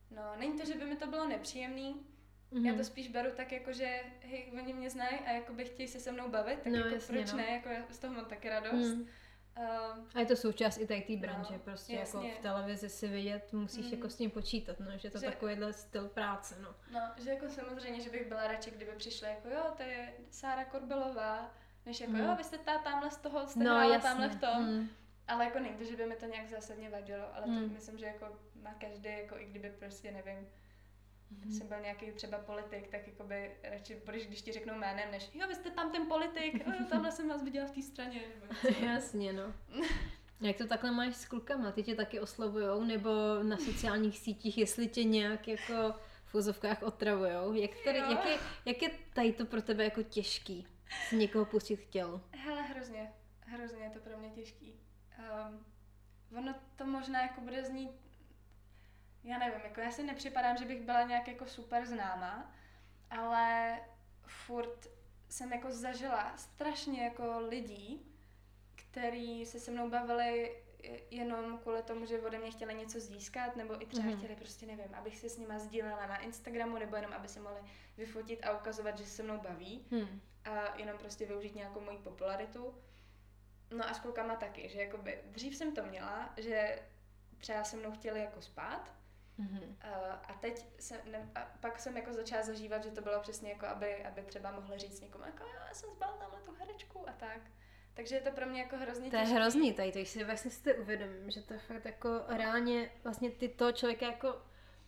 Speaker 2: No, není to, že by mi to bylo nepříjemný,
Speaker 1: Mm-hmm.
Speaker 2: já to spíš beru tak jako, že hej, oni mě znají a jakoby chtějí se se mnou bavit, tak
Speaker 1: no,
Speaker 2: jako
Speaker 1: jasně,
Speaker 2: proč
Speaker 1: no.
Speaker 2: ne, jako já z toho mám taky radost.
Speaker 1: Mm.
Speaker 2: Uh,
Speaker 1: A je to součást i té branže,
Speaker 2: no,
Speaker 1: prostě
Speaker 2: jasně.
Speaker 1: jako v televizi si vidět, musíš
Speaker 2: Mm.
Speaker 1: jako s tím počítat, no, že to
Speaker 2: Že-
Speaker 1: takovýhle styl práce, no.
Speaker 2: no, že jako samozřejmě, že bych byla radši, kdyby přišla jako jo, to je Sára Korbelová, než jako
Speaker 1: Mm.
Speaker 2: jo, vy jste tá, tamhle z toho, jste
Speaker 1: No,
Speaker 2: hrála
Speaker 1: jasně.
Speaker 2: tamhle v tom.
Speaker 1: Mm.
Speaker 2: Ale jako není to, že by mi to nějak zásadně vadilo, ale
Speaker 1: Mm.
Speaker 2: to myslím, že jako má každý, jako i kdyby prostě nevím,
Speaker 1: Mm.
Speaker 2: jsem byl nějaký třeba politik, tak jako by radši budeš, když ti řeknou jménem, než jo, vy jste tam ten politik, jo, tamhle jsem vás viděla v té straně.
Speaker 1: Jasně, no. Jak to takhle máš s klukama? Ty tě taky oslovujou, nebo na sociálních sítích, jestli tě nějak jako v úzovkách otravujou? Jak, tady,
Speaker 2: Jo.
Speaker 1: jak, je, jak je tady to pro tebe jako těžký si někoho pustit k tělu?
Speaker 2: Hele, hrozně, hrozně je to pro mě těžký. Um, ono to možná jako bude znít, já nevím, jako já si nepřipadám, že bych byla nějak jako super známá, ale furt jsem jako zažila strašně jako lidí, který se se mnou bavili jenom kvůli tomu, že ode mě chtěli něco získat, nebo i třeba
Speaker 1: Mhm.
Speaker 2: chtěli prostě, nevím, abych se s nima sdílela na Instagramu, nebo jenom aby si mohli vyfotit a ukazovat, že se se mnou baví
Speaker 1: Hmm.
Speaker 2: a jenom prostě využít nějakou moji popularitu. No a s klukama taky, že jakoby dřív jsem to měla, že třeba se mnou chtěli jako spát,
Speaker 1: Mhm.
Speaker 2: uh, a teď se, ne, a pak jsem jako začala zažívat, že to bylo přesně jako, aby, aby třeba mohli říct někomu jako jo, já jsem zbal tamhle tu herečku a tak. Takže je to pro mě jako hrozně
Speaker 1: To je
Speaker 2: těžký.
Speaker 1: hrozný tady, to si vlastně si to uvědomím, že to je fakt jako reálně vlastně ty toho člověka jako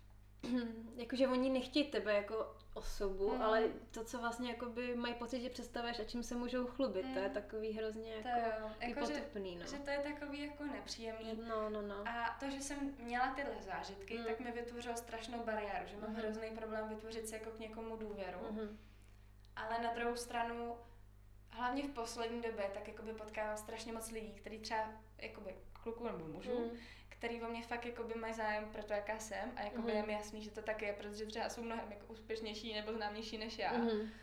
Speaker 1: jakože oni nechtějí tebe jako osobu,
Speaker 2: Mm.
Speaker 1: ale to, co vlastně jakoby mají pocit, že představuješ a čím se můžou chlubit,
Speaker 2: Mm.
Speaker 1: to je takový hrozně
Speaker 2: To
Speaker 1: jako,
Speaker 2: jo,
Speaker 1: i
Speaker 2: jako, že,
Speaker 1: potupný, no.
Speaker 2: že to je takový jako nepříjemný.
Speaker 1: No, no, no.
Speaker 2: A to, že jsem měla tyhle zážitky,
Speaker 1: Mm.
Speaker 2: tak mi vytvořilo strašnou bariéru, že mám
Speaker 1: Mhm.
Speaker 2: hrozný problém vytvořit si jako k někomu důvěru.
Speaker 1: Mhm.
Speaker 2: Ale na druhou stranu, hlavně v poslední době, tak jakoby potkávám strašně moc lidí, kteří třeba jakoby kluků nebo mužů,
Speaker 1: Mm.
Speaker 2: který o mě fakt jakoby mají zájem pro to, jaká jsem a jakoby
Speaker 1: Mhm.
Speaker 2: je mi jasný, že to tak je, protože třeba jsou mnohem jako úspěšnější nebo známější než já.
Speaker 1: Mhm.
Speaker 2: Uh,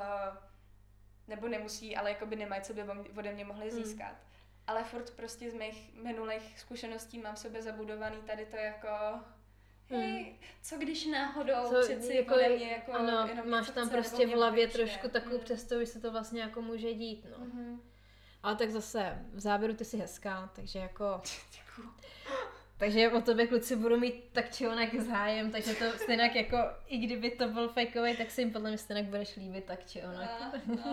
Speaker 2: nebo nemusí, ale jakoby nemají, co by ode mě mohli
Speaker 1: Mm.
Speaker 2: získat. Ale furt prostě z mých minulých zkušeností mám v sobě zabudovaný tady to jako hej, co když náhodou
Speaker 1: Co,
Speaker 2: přeci
Speaker 1: jako,
Speaker 2: ode mě jako
Speaker 1: ano,
Speaker 2: jenom
Speaker 1: máš
Speaker 2: něco
Speaker 1: tam
Speaker 2: chce,
Speaker 1: prostě
Speaker 2: nebo
Speaker 1: v
Speaker 2: mě
Speaker 1: hlavě
Speaker 2: vypíše.
Speaker 1: trošku takovou
Speaker 2: Mm.
Speaker 1: představu, že se to vlastně jako může dít, no.
Speaker 2: Mhm.
Speaker 1: Ale tak zase, v závěru ty jsi hezká, takže jako...
Speaker 2: Děkuju.
Speaker 1: Takže o tobě kluci budou mít tak či onak zájem, takže to stejně jako, i kdyby to byl fakeový, tak si jim podle mě stejně budeš líbit tak či onak.
Speaker 2: A, no.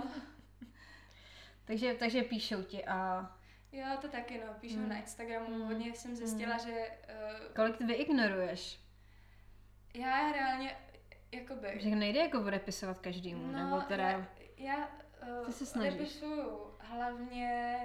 Speaker 1: takže, takže píšou ti a
Speaker 2: Jo, to taky no, píšu
Speaker 1: Mm.
Speaker 2: na Instagramu,
Speaker 1: Mm.
Speaker 2: hodně jsem zjistila,
Speaker 1: Mm.
Speaker 2: že uh,
Speaker 1: kolik ty vyignoruješ?
Speaker 2: já reálně jakoby...
Speaker 1: Že nejde jako odepisovat každému,
Speaker 2: No,
Speaker 1: nebo teda...
Speaker 2: já, já uh,
Speaker 1: Ty se snažíš.
Speaker 2: odepisuju hlavně,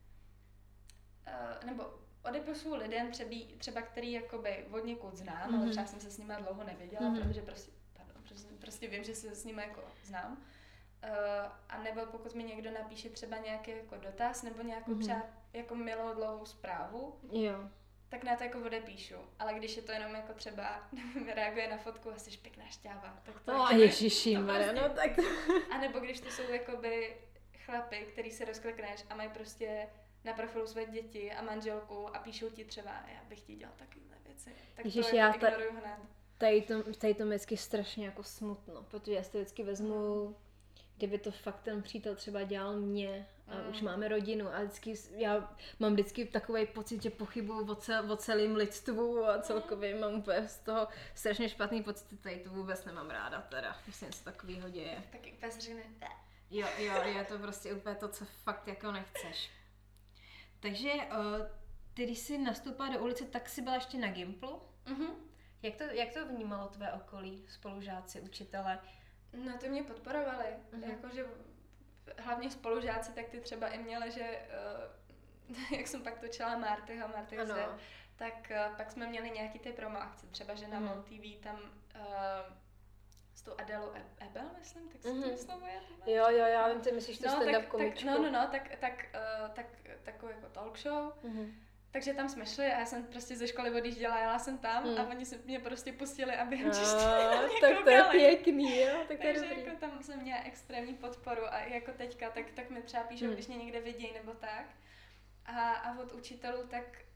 Speaker 2: uh, nebo odepisuju lidem třebí, třeba který jakoby od někud znám, mm-hmm. ale
Speaker 1: Mhm.
Speaker 2: třeba jsem se s nimi dlouho neviděla,
Speaker 1: Mhm.
Speaker 2: protože prostě, pardon, prostě, prostě vím, že se s nimi jako znám. Uh, a nebo pokud mi někdo napíše třeba nějaký jako dotaz, nebo nějakou
Speaker 1: Mhm.
Speaker 2: třeba jako milou dlouhou zprávu,
Speaker 1: Jo.
Speaker 2: tak na to jako odepíšu. Ale když je to jenom jako třeba reaguje na fotku a jsi pěkná šťáva, tak to
Speaker 1: No
Speaker 2: jako
Speaker 1: a ježiši,
Speaker 2: to
Speaker 1: Maria,
Speaker 2: prostě-
Speaker 1: no tak...
Speaker 2: A nebo když to jsou jakoby chlapy, který se rozklikneš a mají prostě na profilu své děti a manželku a píšou ti třeba, já bych ti dělal takovéhle věci. Tak
Speaker 1: Ježiš,
Speaker 2: to
Speaker 1: já
Speaker 2: jako
Speaker 1: ta-
Speaker 2: ignoruju hned.
Speaker 1: Tady to, tady to mi vždycky strašně jako smutno, protože já si to vždycky vezmu, kdyby to fakt ten přítel třeba dělal mě a
Speaker 2: Mm.
Speaker 1: už máme rodinu a vždycky, já mám vždycky takový pocit, že pochybuju o, cel, o celém lidstvu a celkově mám úplně z toho strašně špatný pocit, tady to vůbec nemám ráda teda, když se něco takového děje.
Speaker 2: Taky úplně se řekne,
Speaker 1: Jo, jo, je to prostě úplně to, co fakt jako nechceš. Takže uh, ty, když jsi nastoupila do ulice, tak jsi byla ještě na Gimplu.
Speaker 2: mhm.
Speaker 1: Jak to, jak to vnímalo tvé okolí, spolužáci, učitele?
Speaker 2: No to mě podporovali,
Speaker 1: Mhm.
Speaker 2: jakože hlavně spolužáci, tak ty třeba i měli, že uh, jak jsem pak točila Martyho, Marty
Speaker 1: Ano.
Speaker 2: zde, tak uh, pak jsme měli nějaký ty promo akce, třeba že na
Speaker 1: Mhm.
Speaker 2: MOL T V tam uh, s tou Adelou E- Ebel, myslím, tak se to
Speaker 1: Mhm.
Speaker 2: vyslovuje.
Speaker 1: Jo, jo, já vím, ty myslíš tu
Speaker 2: No,
Speaker 1: stand-up
Speaker 2: tak, tak,
Speaker 1: komičku.
Speaker 2: no, no, no, tak, tak, uh, tak, takovou jako talk show.
Speaker 1: Mhm.
Speaker 2: Takže tam jsme šli a já jsem prostě ze školy odjížděla, jela jsem tam
Speaker 1: Mm.
Speaker 2: a oni se mě prostě pustili, aby jen
Speaker 1: A,
Speaker 2: čistě na mě
Speaker 1: tak to je
Speaker 2: koukali.
Speaker 1: pěkný, jo, tak to je
Speaker 2: Takže
Speaker 1: dobrý.
Speaker 2: jako tam jsem měla extrémní podporu a jako teďka, tak, tak mi třeba píšou,
Speaker 1: Mm.
Speaker 2: když mě někde vidějí nebo tak. A, a od učitelů tak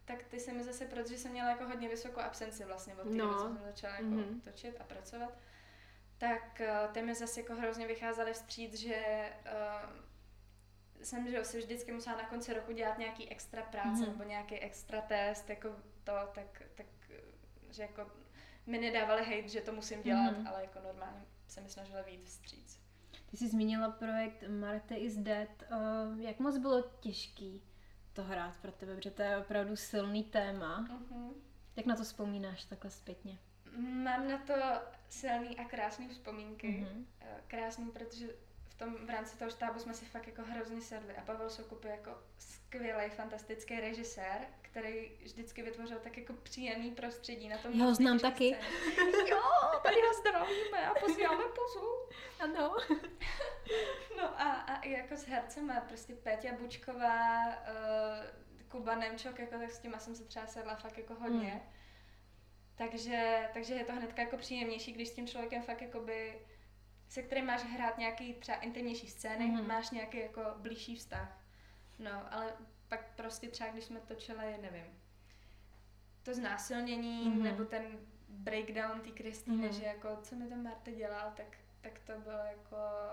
Speaker 2: tak ty se mi zase, protože jsem měla jako hodně vysokou absenci vlastně od té
Speaker 1: No.
Speaker 2: doby, co jsem začala jako
Speaker 1: Mhm.
Speaker 2: točit a pracovat, tak uh, ty mi zase jako hrozně vycházely vstříc, že uh, jsem, že si vždycky musela na konci roku dělat nějaký extra práce
Speaker 1: Mhm.
Speaker 2: nebo nějaký extra test, jako to, tak, tak že jako mi nedávali hejt, že to musím dělat,
Speaker 1: Mhm.
Speaker 2: ale jako normálně se mi snažila vyjít vstříc.
Speaker 1: Ty jsi zmínila projekt Marte is Dead. Uh, jak moc bylo těžký to hrát pro tebe, protože to je opravdu silný téma.
Speaker 2: Uh-huh.
Speaker 1: Jak na to vzpomínáš takhle zpětně?
Speaker 2: Mám na to silný a krásný vzpomínky.
Speaker 1: Mhm.
Speaker 2: Eh, Krásný, protože v tom v rámci toho štábu jsme si fakt jako hrozně sedli a Pavel Soukup je jako skvělý, fantastický režisér, který vždycky vytvořil tak jako příjemný prostředí na tom.
Speaker 1: Já ho znám
Speaker 2: natáčení
Speaker 1: taky.
Speaker 2: scény. Jo, tady ho zdravíme a posíláme pusu.
Speaker 1: Ano.
Speaker 2: No a, a i jako s hercema, prostě Péťa Bučková, uh, Kuba Nemčok, jako tak s těma jsem se třeba sedla fakt jako hodně.
Speaker 1: Hmm.
Speaker 2: Takže, takže je to hnedka jako příjemnější, když s tím člověkem fakt jakoby, se kterým máš hrát nějaký třeba intimnější scény,
Speaker 1: Mhm.
Speaker 2: máš nějaký jako blížší vztah. No, ale pak prostě třeba, když jsme točili, nevím, to znásilnění,
Speaker 1: Mhm.
Speaker 2: nebo ten breakdown té Kristýny,
Speaker 1: Mhm.
Speaker 2: že jako, co mi ten Marte dělal, tak, tak to bylo jako,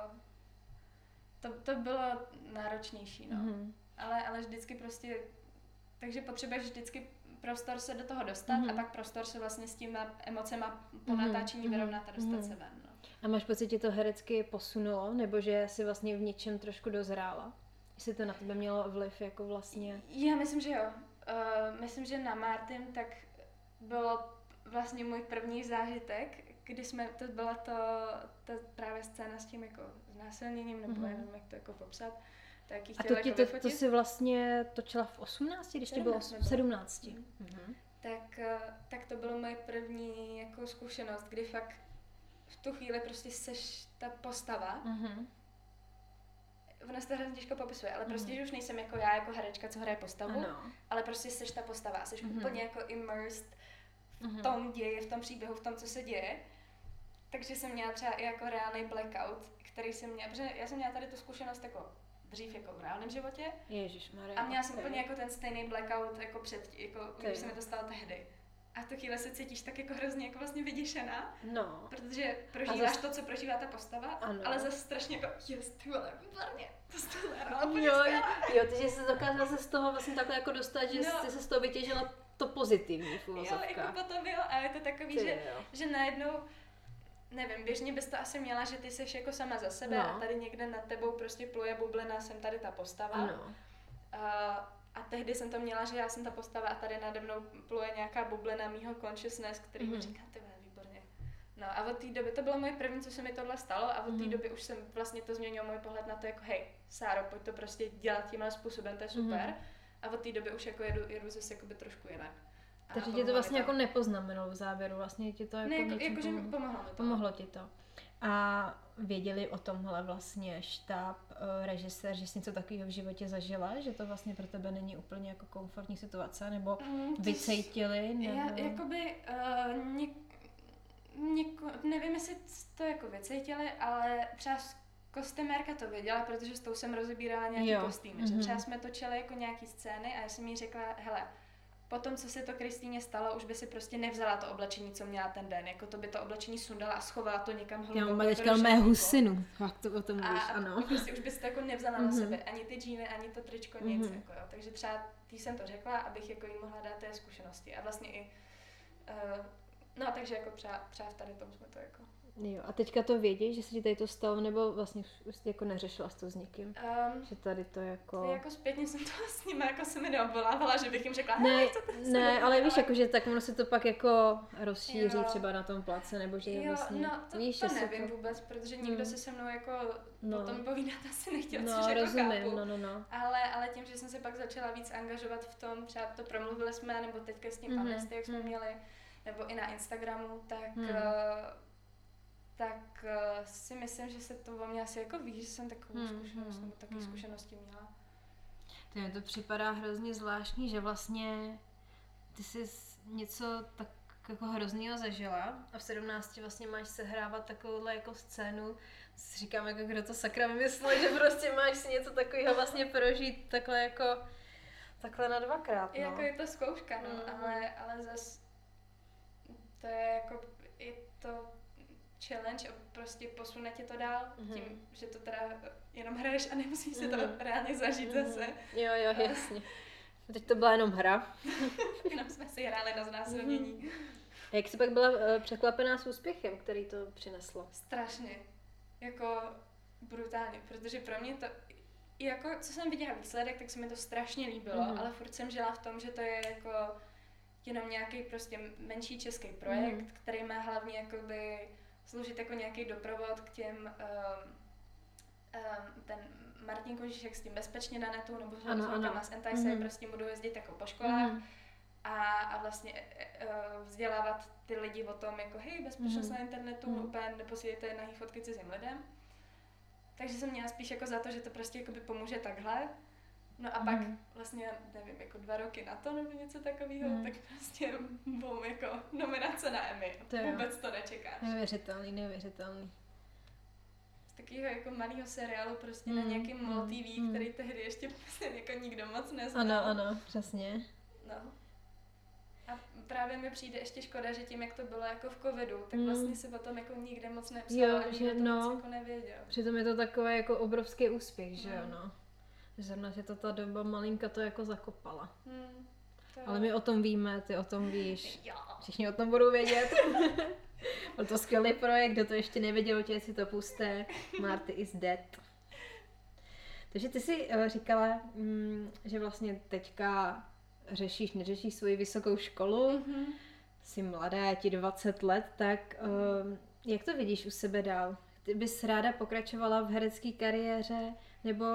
Speaker 2: to, to bylo náročnější, no.
Speaker 1: Mhm.
Speaker 2: Ale, ale vždycky prostě, takže potřebuješ vždycky prostor se do toho dostat
Speaker 1: Mhm.
Speaker 2: a pak prostor se vlastně s těma emocema po
Speaker 1: Mhm,
Speaker 2: natáčení
Speaker 1: mhm,
Speaker 2: vyrovnat a dostat
Speaker 1: mhm.
Speaker 2: se ven, no.
Speaker 1: A máš pocit, že to herecky posunulo, nebo že jsi vlastně v něčem trošku dozrála? Jestli to na tebe mělo vliv jako vlastně...
Speaker 2: Já myslím, že jo. Uh, myslím, že na Martin tak bylo vlastně můj první zážitek, kdy jsme, to byla to, ta právě scéna s tím jako znásilněním, nebo
Speaker 1: Mhm.
Speaker 2: nevím, jak to jako popsat, tak ji
Speaker 1: A
Speaker 2: chtěla
Speaker 1: to, ti,
Speaker 2: jako
Speaker 1: to,
Speaker 2: vyfotit.
Speaker 1: to jsi vlastně točila v osmnácti, když ti bylo
Speaker 2: sedmnáct nebo-
Speaker 1: sedmnáct.
Speaker 2: Mhm.
Speaker 1: Mhm.
Speaker 2: tak, eh, tak to bylo moje první jako zkušenost, kdy fakt v tu chvíli prostě seš ta postava.
Speaker 1: Mhm.
Speaker 2: Ona se to hrozně těžko popisuje, ale prostě,
Speaker 1: Mhm.
Speaker 2: že už nejsem jako já, jako herečka, co hraje postavu,
Speaker 1: Ano.
Speaker 2: ale prostě seš ta postava a seš
Speaker 1: Mhm.
Speaker 2: úplně jako immersed v
Speaker 1: Mhm.
Speaker 2: tom ději, v tom příběhu, v tom, co se děje. Takže jsem měla třeba i jako reálný blackout, který jsem měla, protože já jsem měla tady tu zkušenost jako dřív jako v reálném životě
Speaker 1: Ježišmarja.
Speaker 2: a měla jsem
Speaker 1: ok.
Speaker 2: úplně jako ten stejný blackout jako před, jako
Speaker 1: Ty
Speaker 2: když se
Speaker 1: jo.
Speaker 2: mi to stalo tehdy. A v tu chvíli se cítíš tak jako hrozně jako vlastně vyděšená,
Speaker 1: No.
Speaker 2: protože prožíváš
Speaker 1: zas-
Speaker 2: to, co prožívá ta postava,
Speaker 1: Ano.
Speaker 2: ale zase strašně jako, yes, ty vole, výborně, to jsi to zahrála úplně
Speaker 1: Jo,
Speaker 2: skvěle.
Speaker 1: jo, ty jsi se dokázala se z toho vlastně takhle jako dostat, že
Speaker 2: No.
Speaker 1: jsi se z toho vytěžila to pozitivní v
Speaker 2: Jo,
Speaker 1: uvozovkách.
Speaker 2: jako potom jo, a je to takový,
Speaker 1: Ty
Speaker 2: že,
Speaker 1: jo.
Speaker 2: že najednou, nevím, běžně bys to asi měla, že ty seš jako sama za sebe
Speaker 1: No.
Speaker 2: a tady někde nad tebou prostě pluje bublina, jsem tady ta postava.
Speaker 1: Ano.
Speaker 2: A, a tehdy jsem to měla, že já jsem ta postava a tady nade mnou pluje nějaká bublina mýho consciousness, který mi
Speaker 1: Mhm.
Speaker 2: říká, ty vole, výborně. No a od té doby, to bylo moje první, co se mi tohle stalo a od té
Speaker 1: Mhm.
Speaker 2: doby už jsem vlastně to změnilo můj pohled na to jako hej, Sáro, pojď to prostě dělat tímhle způsobem, to je super.
Speaker 1: Mhm.
Speaker 2: A od té doby už jako jedu, jedu zase jakoby trošku jinak. A
Speaker 1: Takže tě
Speaker 2: pomohlo
Speaker 1: to
Speaker 2: mi
Speaker 1: vlastně jako nepoznamenalo v závěru, vlastně ti to jako
Speaker 2: ne, jako,
Speaker 1: něčím
Speaker 2: jakože
Speaker 1: pomohlo.
Speaker 2: pomohlo mi to.
Speaker 1: Pomohlo ti to. A věděli o tomhle vlastně štáb, eh, režisér, že jsi něco takového v životě zažila, že to vlastně pro tebe není úplně jako komfortní situace, nebo
Speaker 2: Mm, to s-
Speaker 1: vycejtili, nebo...
Speaker 2: Já, jakoby, uh, něk, něko, nevím, jestli to jako vycítili, ale třeba s- kostymérka to věděla, protože s tou jsem rozebírala nějaký
Speaker 1: Jo,
Speaker 2: kostýmy.
Speaker 1: mhm.
Speaker 2: Že třeba jsme točili jako nějaký scény a já jsem jí řekla, hele, potom, co se to Kristýně stalo, už by si prostě nevzala to oblečení, co měla ten den. Jako to by to oblečení sundala a schovala to někam
Speaker 1: Já
Speaker 2: hluboko.
Speaker 1: mám
Speaker 2: jako
Speaker 1: teďka
Speaker 2: do
Speaker 1: mé
Speaker 2: šatníku.
Speaker 1: husinu, fakt to o tom
Speaker 2: A
Speaker 1: víš, ano.
Speaker 2: prostě už bys to jako nevzala na
Speaker 1: Mhm.
Speaker 2: sebe, ani ty džíny, ani to tričko, nic.
Speaker 1: Mhm.
Speaker 2: Jako, jo. Takže třeba tý jsem to řekla, abych jako jí mohla dát té zkušenosti. A vlastně i, uh, no takže jako třeba, třeba v tady tom jsme to jako.
Speaker 1: Jo, a teďka to vědí, že se ti tady to stalo, nebo vlastně už jsi jako neřešila jsi to s nikým?
Speaker 2: Um,
Speaker 1: Že tady to jako...
Speaker 2: jako zpětně jsem to s nimi jako se mi neobvolávala, že bych jim řekla,
Speaker 1: Ne,
Speaker 2: "Hele, co to se
Speaker 1: ne,
Speaker 2: děje?"
Speaker 1: ale víš, jako, že tak ono se to pak jako rozšíří
Speaker 2: Jo.
Speaker 1: třeba na tom place, nebo že
Speaker 2: Jo,
Speaker 1: vlastně,
Speaker 2: no to,
Speaker 1: víš,
Speaker 2: to
Speaker 1: že se
Speaker 2: nevím vůbec, protože nikdo
Speaker 1: Hmm.
Speaker 2: se se mnou jako
Speaker 1: No.
Speaker 2: potom povídat asi nechtěl,
Speaker 1: No,
Speaker 2: což jako
Speaker 1: rozumím,
Speaker 2: chápu.
Speaker 1: no, no, no.
Speaker 2: Ale, ale tím, že jsem se pak začala víc angažovat v tom, třeba to promluvili jsme, nebo teďka s tím
Speaker 1: Mhm,
Speaker 2: Amnesty, jak jsme
Speaker 1: mhm.
Speaker 2: měli, nebo i na Instagramu, tak,
Speaker 1: Hmm.
Speaker 2: uh, tak uh, si myslím, že se to o mě asi jako ví, že jsem takovou
Speaker 1: Hmm,
Speaker 2: zkušenost,
Speaker 1: hmm,
Speaker 2: nebo taky
Speaker 1: hmm.
Speaker 2: zkušenosti měla.
Speaker 1: To mi to připadá hrozně zvláštní, že vlastně ty jsi s- něco tak jako hroznýho zažila a v sedmnácti vlastně máš sehrávat takovouhle jako scénu. Si říkám, jako kdo to sakra vymyslel, že prostě máš si něco takového vlastně prožít takhle jako
Speaker 3: takhle na dvakrát, no.
Speaker 2: Jako je to zkouška, no,
Speaker 3: Mm.
Speaker 2: ale, ale zas to je jako, je to challenge a prostě posune tě to dál
Speaker 3: Mhm.
Speaker 2: tím, že to teda jenom hraješ a nemusíš si to
Speaker 3: Mhm.
Speaker 2: reálně zažít
Speaker 3: Mhm.
Speaker 2: zase.
Speaker 3: Jo, jo, jasně. Teď to byla jenom hra.
Speaker 2: Jenom jsme si hráli na znásilnění.
Speaker 3: A jak jsi pak byla uh, překvapená s úspěchem, který to přineslo?
Speaker 2: Strašně. Jako brutálně, protože pro mě to, jako co jsem viděla výsledek, tak se mi to strašně líbilo,
Speaker 3: Mhm.
Speaker 2: ale furt jsem žila v tom, že to je jako jenom nějaký prostě menší český projekt,
Speaker 3: Mhm.
Speaker 2: který má hlavně jakoby sloužit jako nějaký doprovod k těm um, um, ten Martin Kožíšek s tím bezpečně na netu, nebo s
Speaker 3: Ano,
Speaker 2: holkama
Speaker 3: ano.
Speaker 2: z Entice,
Speaker 3: Mhm.
Speaker 2: prostě budou jezdit jako po školách
Speaker 3: Mhm.
Speaker 2: a, a vlastně uh, vzdělávat ty lidi o tom, jako hej, bezpečnost
Speaker 3: Mhm.
Speaker 2: na internetu,
Speaker 3: Mhm.
Speaker 2: úplně neposílejte nahý fotky cizím lidem. Takže jsem měla spíš jako za to, že to prostě jakoby pomůže takhle. No a pak
Speaker 3: Mhm.
Speaker 2: vlastně, nevím, jako dva roky na to nebo něco takového,
Speaker 3: Mhm.
Speaker 2: tak prostě bum, jako nominace na Emmy.
Speaker 3: To jo.
Speaker 2: Vůbec to nečekáš.
Speaker 3: Neuvěřitelný, neuvěřitelný.
Speaker 2: Z takového jako malého seriálu prostě
Speaker 3: Mhm.
Speaker 2: na nějakým
Speaker 3: Mhm.
Speaker 2: MOL T V,
Speaker 3: Mhm.
Speaker 2: který tehdy ještě prostě jako nikdo moc neznal.
Speaker 3: Ano, ano, přesně.
Speaker 2: No. A právě mi přijde ještě škoda, že tím, jak to bylo jako v covidu, tak
Speaker 3: Mm.
Speaker 2: vlastně se o tom jako nikde moc nepsalo
Speaker 3: Jo,
Speaker 2: a
Speaker 3: že
Speaker 2: nikdo to
Speaker 3: no.
Speaker 2: moc jako nevěděl.
Speaker 3: Přitom je to takový jako obrovský úspěch, že jo,
Speaker 2: Mm.
Speaker 3: no. Zrovna, že to ta doba malinka to jako zakopala.
Speaker 2: Hmm, to
Speaker 3: Ale my o tom víme, ty o tom víš.
Speaker 2: Jo.
Speaker 3: Všichni o tom budou vědět. Byl to skvělý projekt, kdo to ještě nevěděl, tě si to puste. Marty is dead. Takže ty si eh, říkala, mm, že vlastně teďka řešíš, neřešíš svoji vysokou školu,
Speaker 2: Mhm.
Speaker 3: jsi mladá, je ti dvacet let, tak um, jak to vidíš u sebe dál? Ty bys ráda pokračovala v herecké kariéře, nebo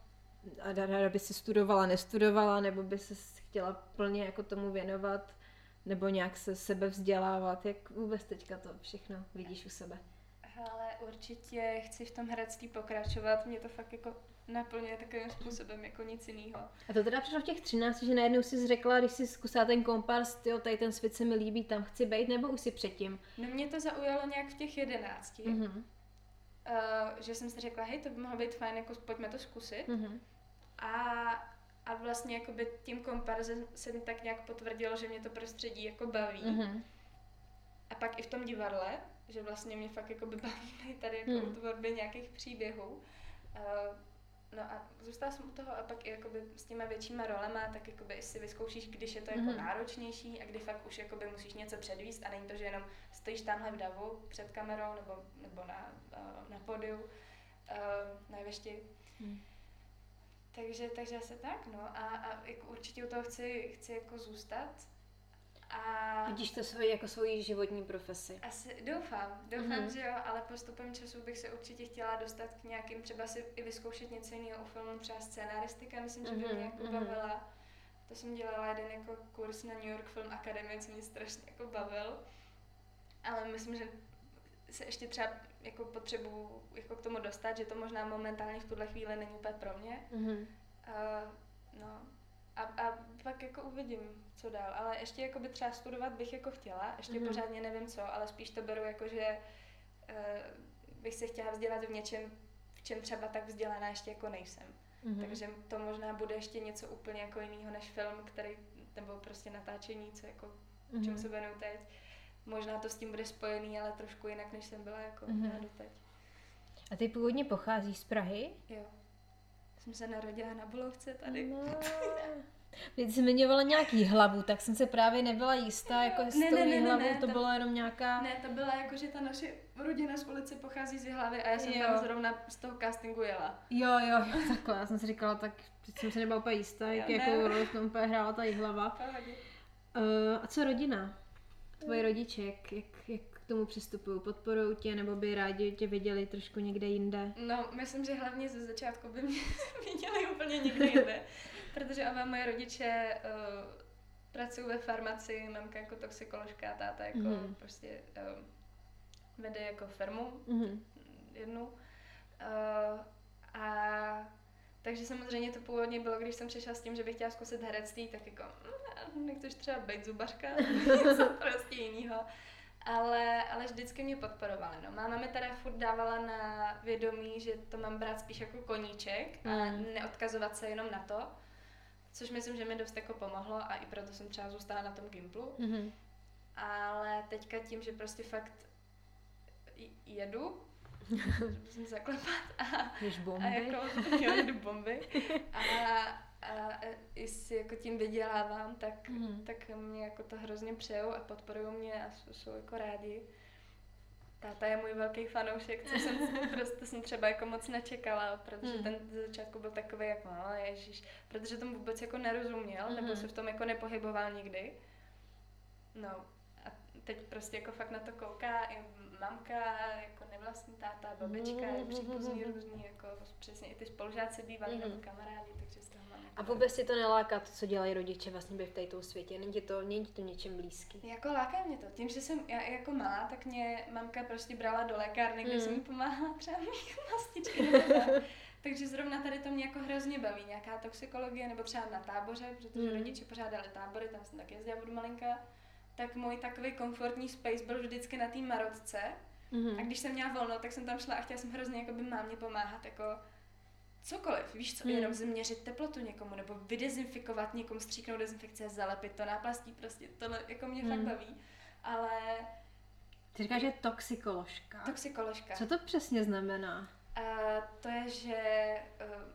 Speaker 3: a ráda by si studovala, nestudovala, nebo by se chtěla plně jako tomu věnovat, nebo nějak se sebe vzdělávat? Jak vůbec teďka to všechno vidíš u sebe?
Speaker 2: Ale určitě chci v tom herectví pokračovat, mě to fakt jako naplňuje takovým způsobem jako nic jiného.
Speaker 3: A to teda přišlo v těch třinácti, že najednou jsi řekla, když jsi zkusila ten kompars, tyjo, tady ten svět se mi líbí, tam chci být, nebo už si předtím?
Speaker 2: No mě to zaujalo nějak v těch jedenácti, mm-hmm.
Speaker 3: Mhm.
Speaker 2: uh, že jsem si řekla, hej, to by mohlo být fajn, jako pojďme to zkusit.
Speaker 3: Mhm.
Speaker 2: A, a vlastně jakoby tím komparzem jsem tak nějak potvrdil, že mě to prostředí jako baví.
Speaker 3: Mhm.
Speaker 2: A pak i v tom divadle, že vlastně mě fakt jako baví tady jako
Speaker 3: Hmm.
Speaker 2: u tvorby nějakých příběhů. Uh, no a zůstala jsem u toho a pak i jakoby s těma většíma rolema, tak jakoby si vyzkoušíš, když je to jako
Speaker 3: Mhm.
Speaker 2: náročnější a kdy fakt už jakoby musíš něco předvíst a není to, že jenom stojíš tamhle v davu před kamerou nebo, nebo na, uh, na podiu, uh, na jevišti.
Speaker 3: Hmm.
Speaker 2: Takže, takže asi tak, no. A, a jako určitě u toho chci, chci jako zůstat. A
Speaker 3: Vidíš to svoji, jako svoji životní profesi?
Speaker 2: asi doufám, doufám,
Speaker 3: Mhm.
Speaker 2: že jo, ale postupem času bych se určitě chtěla dostat k nějakým, třeba si i vyzkoušet něco jiného u filmu, třeba scénaristika, myslím, že by
Speaker 3: Mhm,
Speaker 2: mě jako
Speaker 3: mhm.
Speaker 2: bavila. To jsem dělala jeden jako kurz na New York Film Academy, co mě strašně jako bavil. Ale myslím, že se ještě třeba jako potřebuju jako k tomu dostat, že to možná momentálně v tuhle chvíli není úplně pro mě.
Speaker 3: Mhm.
Speaker 2: Uh, no. A, a pak jako uvidím, co dál. Ale ještě jako by třeba studovat bych jako chtěla, ještě
Speaker 3: Mhm.
Speaker 2: mm-hmm. pořádně nevím co, ale spíš to beru jako, že uh, bych se chtěla vzdělat v něčem, v čem třeba tak vzdělaná ještě jako nejsem.
Speaker 3: Mhm.
Speaker 2: Takže to možná bude ještě něco úplně jako jiného než film, který, nebo prostě natáčení, co jako,
Speaker 3: Mhm.
Speaker 2: čem se věnuju teď. Možná to s tím bude spojený, ale trošku jinak, než jsem byla jako
Speaker 3: Mhm.
Speaker 2: mm-hmm. doteď.
Speaker 3: A ty původně pocházíš z Prahy?
Speaker 2: Jo. Jsem se narodila na Bulovce tady.
Speaker 3: No. Když jsi zmiňovala nějaký hlavu, tak jsem se právě nebyla jistá, jako s
Speaker 2: Ne,
Speaker 3: tou
Speaker 2: ne, ne, ne,
Speaker 3: hlavou
Speaker 2: ne,
Speaker 3: to
Speaker 2: to-
Speaker 3: bylo jenom nějaká...
Speaker 2: Ne, to byla jako, že ta naše rodina z ulice pochází z Jihlavy a já jsem
Speaker 3: Jo.
Speaker 2: tam zrovna z toho castingu jela.
Speaker 3: Jo, jo, jo, takhle, já jsem si říkala, tak teď jsem se nebyla úplně jistá, jak,
Speaker 2: Jo, ne.
Speaker 3: jakou roli v tom úplně hrála ta hlava. Uh, a co rodina? Tvoji rodiče, jak, jak, jak k tomu přistupují? Podporují tě, nebo by rádi tě viděli trošku někde jinde?
Speaker 2: No, myslím, že hlavně ze začátku by mě viděli úplně někde jinde, protože oba moje rodiče uh, pracují ve farmacii, mamka jako toxikoložka, táta jako
Speaker 3: Mhm.
Speaker 2: prostě uh, vede jako firmu
Speaker 3: Mhm.
Speaker 2: jednu. Uh, a takže samozřejmě to původně bylo, když jsem přišla s tím, že bych chtěla zkusit herectví, tak jako mm, nechceš třeba být zubařka, něco prostě jinýho. Ale, ale vždycky mě podporovali. No. Máma mi teda furt dávala na vědomí, že to mám brát spíš jako koníček a
Speaker 3: Mm.
Speaker 2: neodkazovat se jenom na to, což myslím, že mi dost jako pomohlo a i proto jsem třeba zůstala na tom Gimplu.
Speaker 3: Mm-hmm.
Speaker 2: Ale teďka tím, že prostě fakt jedu, musím zaklepat a,
Speaker 3: Jdeš bomby.
Speaker 2: a jako, jo, jedu bomby a, a i si jako tím vydělávám, tak,
Speaker 3: Mm.
Speaker 2: tak mě jako to hrozně přejou a podporují mě a jsou, jsou jako rádi. Táta je můj velký fanoušek, což jsem prostě jsem třeba jako moc nečekala, protože
Speaker 3: Mm.
Speaker 2: ten ze začátku byl takový jako, no ježiš, protože tomu vůbec jako nerozuměl,
Speaker 3: Mm.
Speaker 2: nebo se v tom jako nepohyboval nikdy. No a teď prostě jako fakt na to kouká i mamka, jako nevlastní táta, babička,
Speaker 3: Mm.
Speaker 2: i příbuzní různí, jako přesně i ty spolužáci bývalí
Speaker 3: Mm.
Speaker 2: nebo kamarádi, takže z toho mám jako
Speaker 3: A vůbec ti to neláká, to, co dělají rodiče vlastně by v této světě? Není ti to, není ti to něčem blízký?
Speaker 2: Jako láká mě to. Tím, že jsem já jako malá, tak mě mamka prostě brala do lékárny, kde
Speaker 3: Mm.
Speaker 2: jsem mi pomáhala třeba mít mastičky nebo tak. Takže zrovna tady to mě jako hrozně baví, nějaká toxikologie nebo třeba na táboře, protože
Speaker 3: Mm.
Speaker 2: rodiče pořádali tábory, tam jsem tak jezdila od malinka. Tak můj takový komfortní space byl vždycky na té Marotce.
Speaker 3: Mm-hmm.
Speaker 2: A když jsem měla volno, tak jsem tam šla a chtěla jsem hrozně jako by mámě pomáhat, jako cokoliv, víš co,
Speaker 3: Hmm.
Speaker 2: jenom změřit teplotu někomu, nebo vydezinfikovat někomu, stříknout dezinfekce, zalepit to náplastí, prostě tohle jako mě
Speaker 3: Hmm.
Speaker 2: fakt baví, ale
Speaker 3: Ty říkáš, že je toxikoložka.
Speaker 2: toxikoložka.
Speaker 3: Co to přesně znamená?
Speaker 2: A to je, že uh,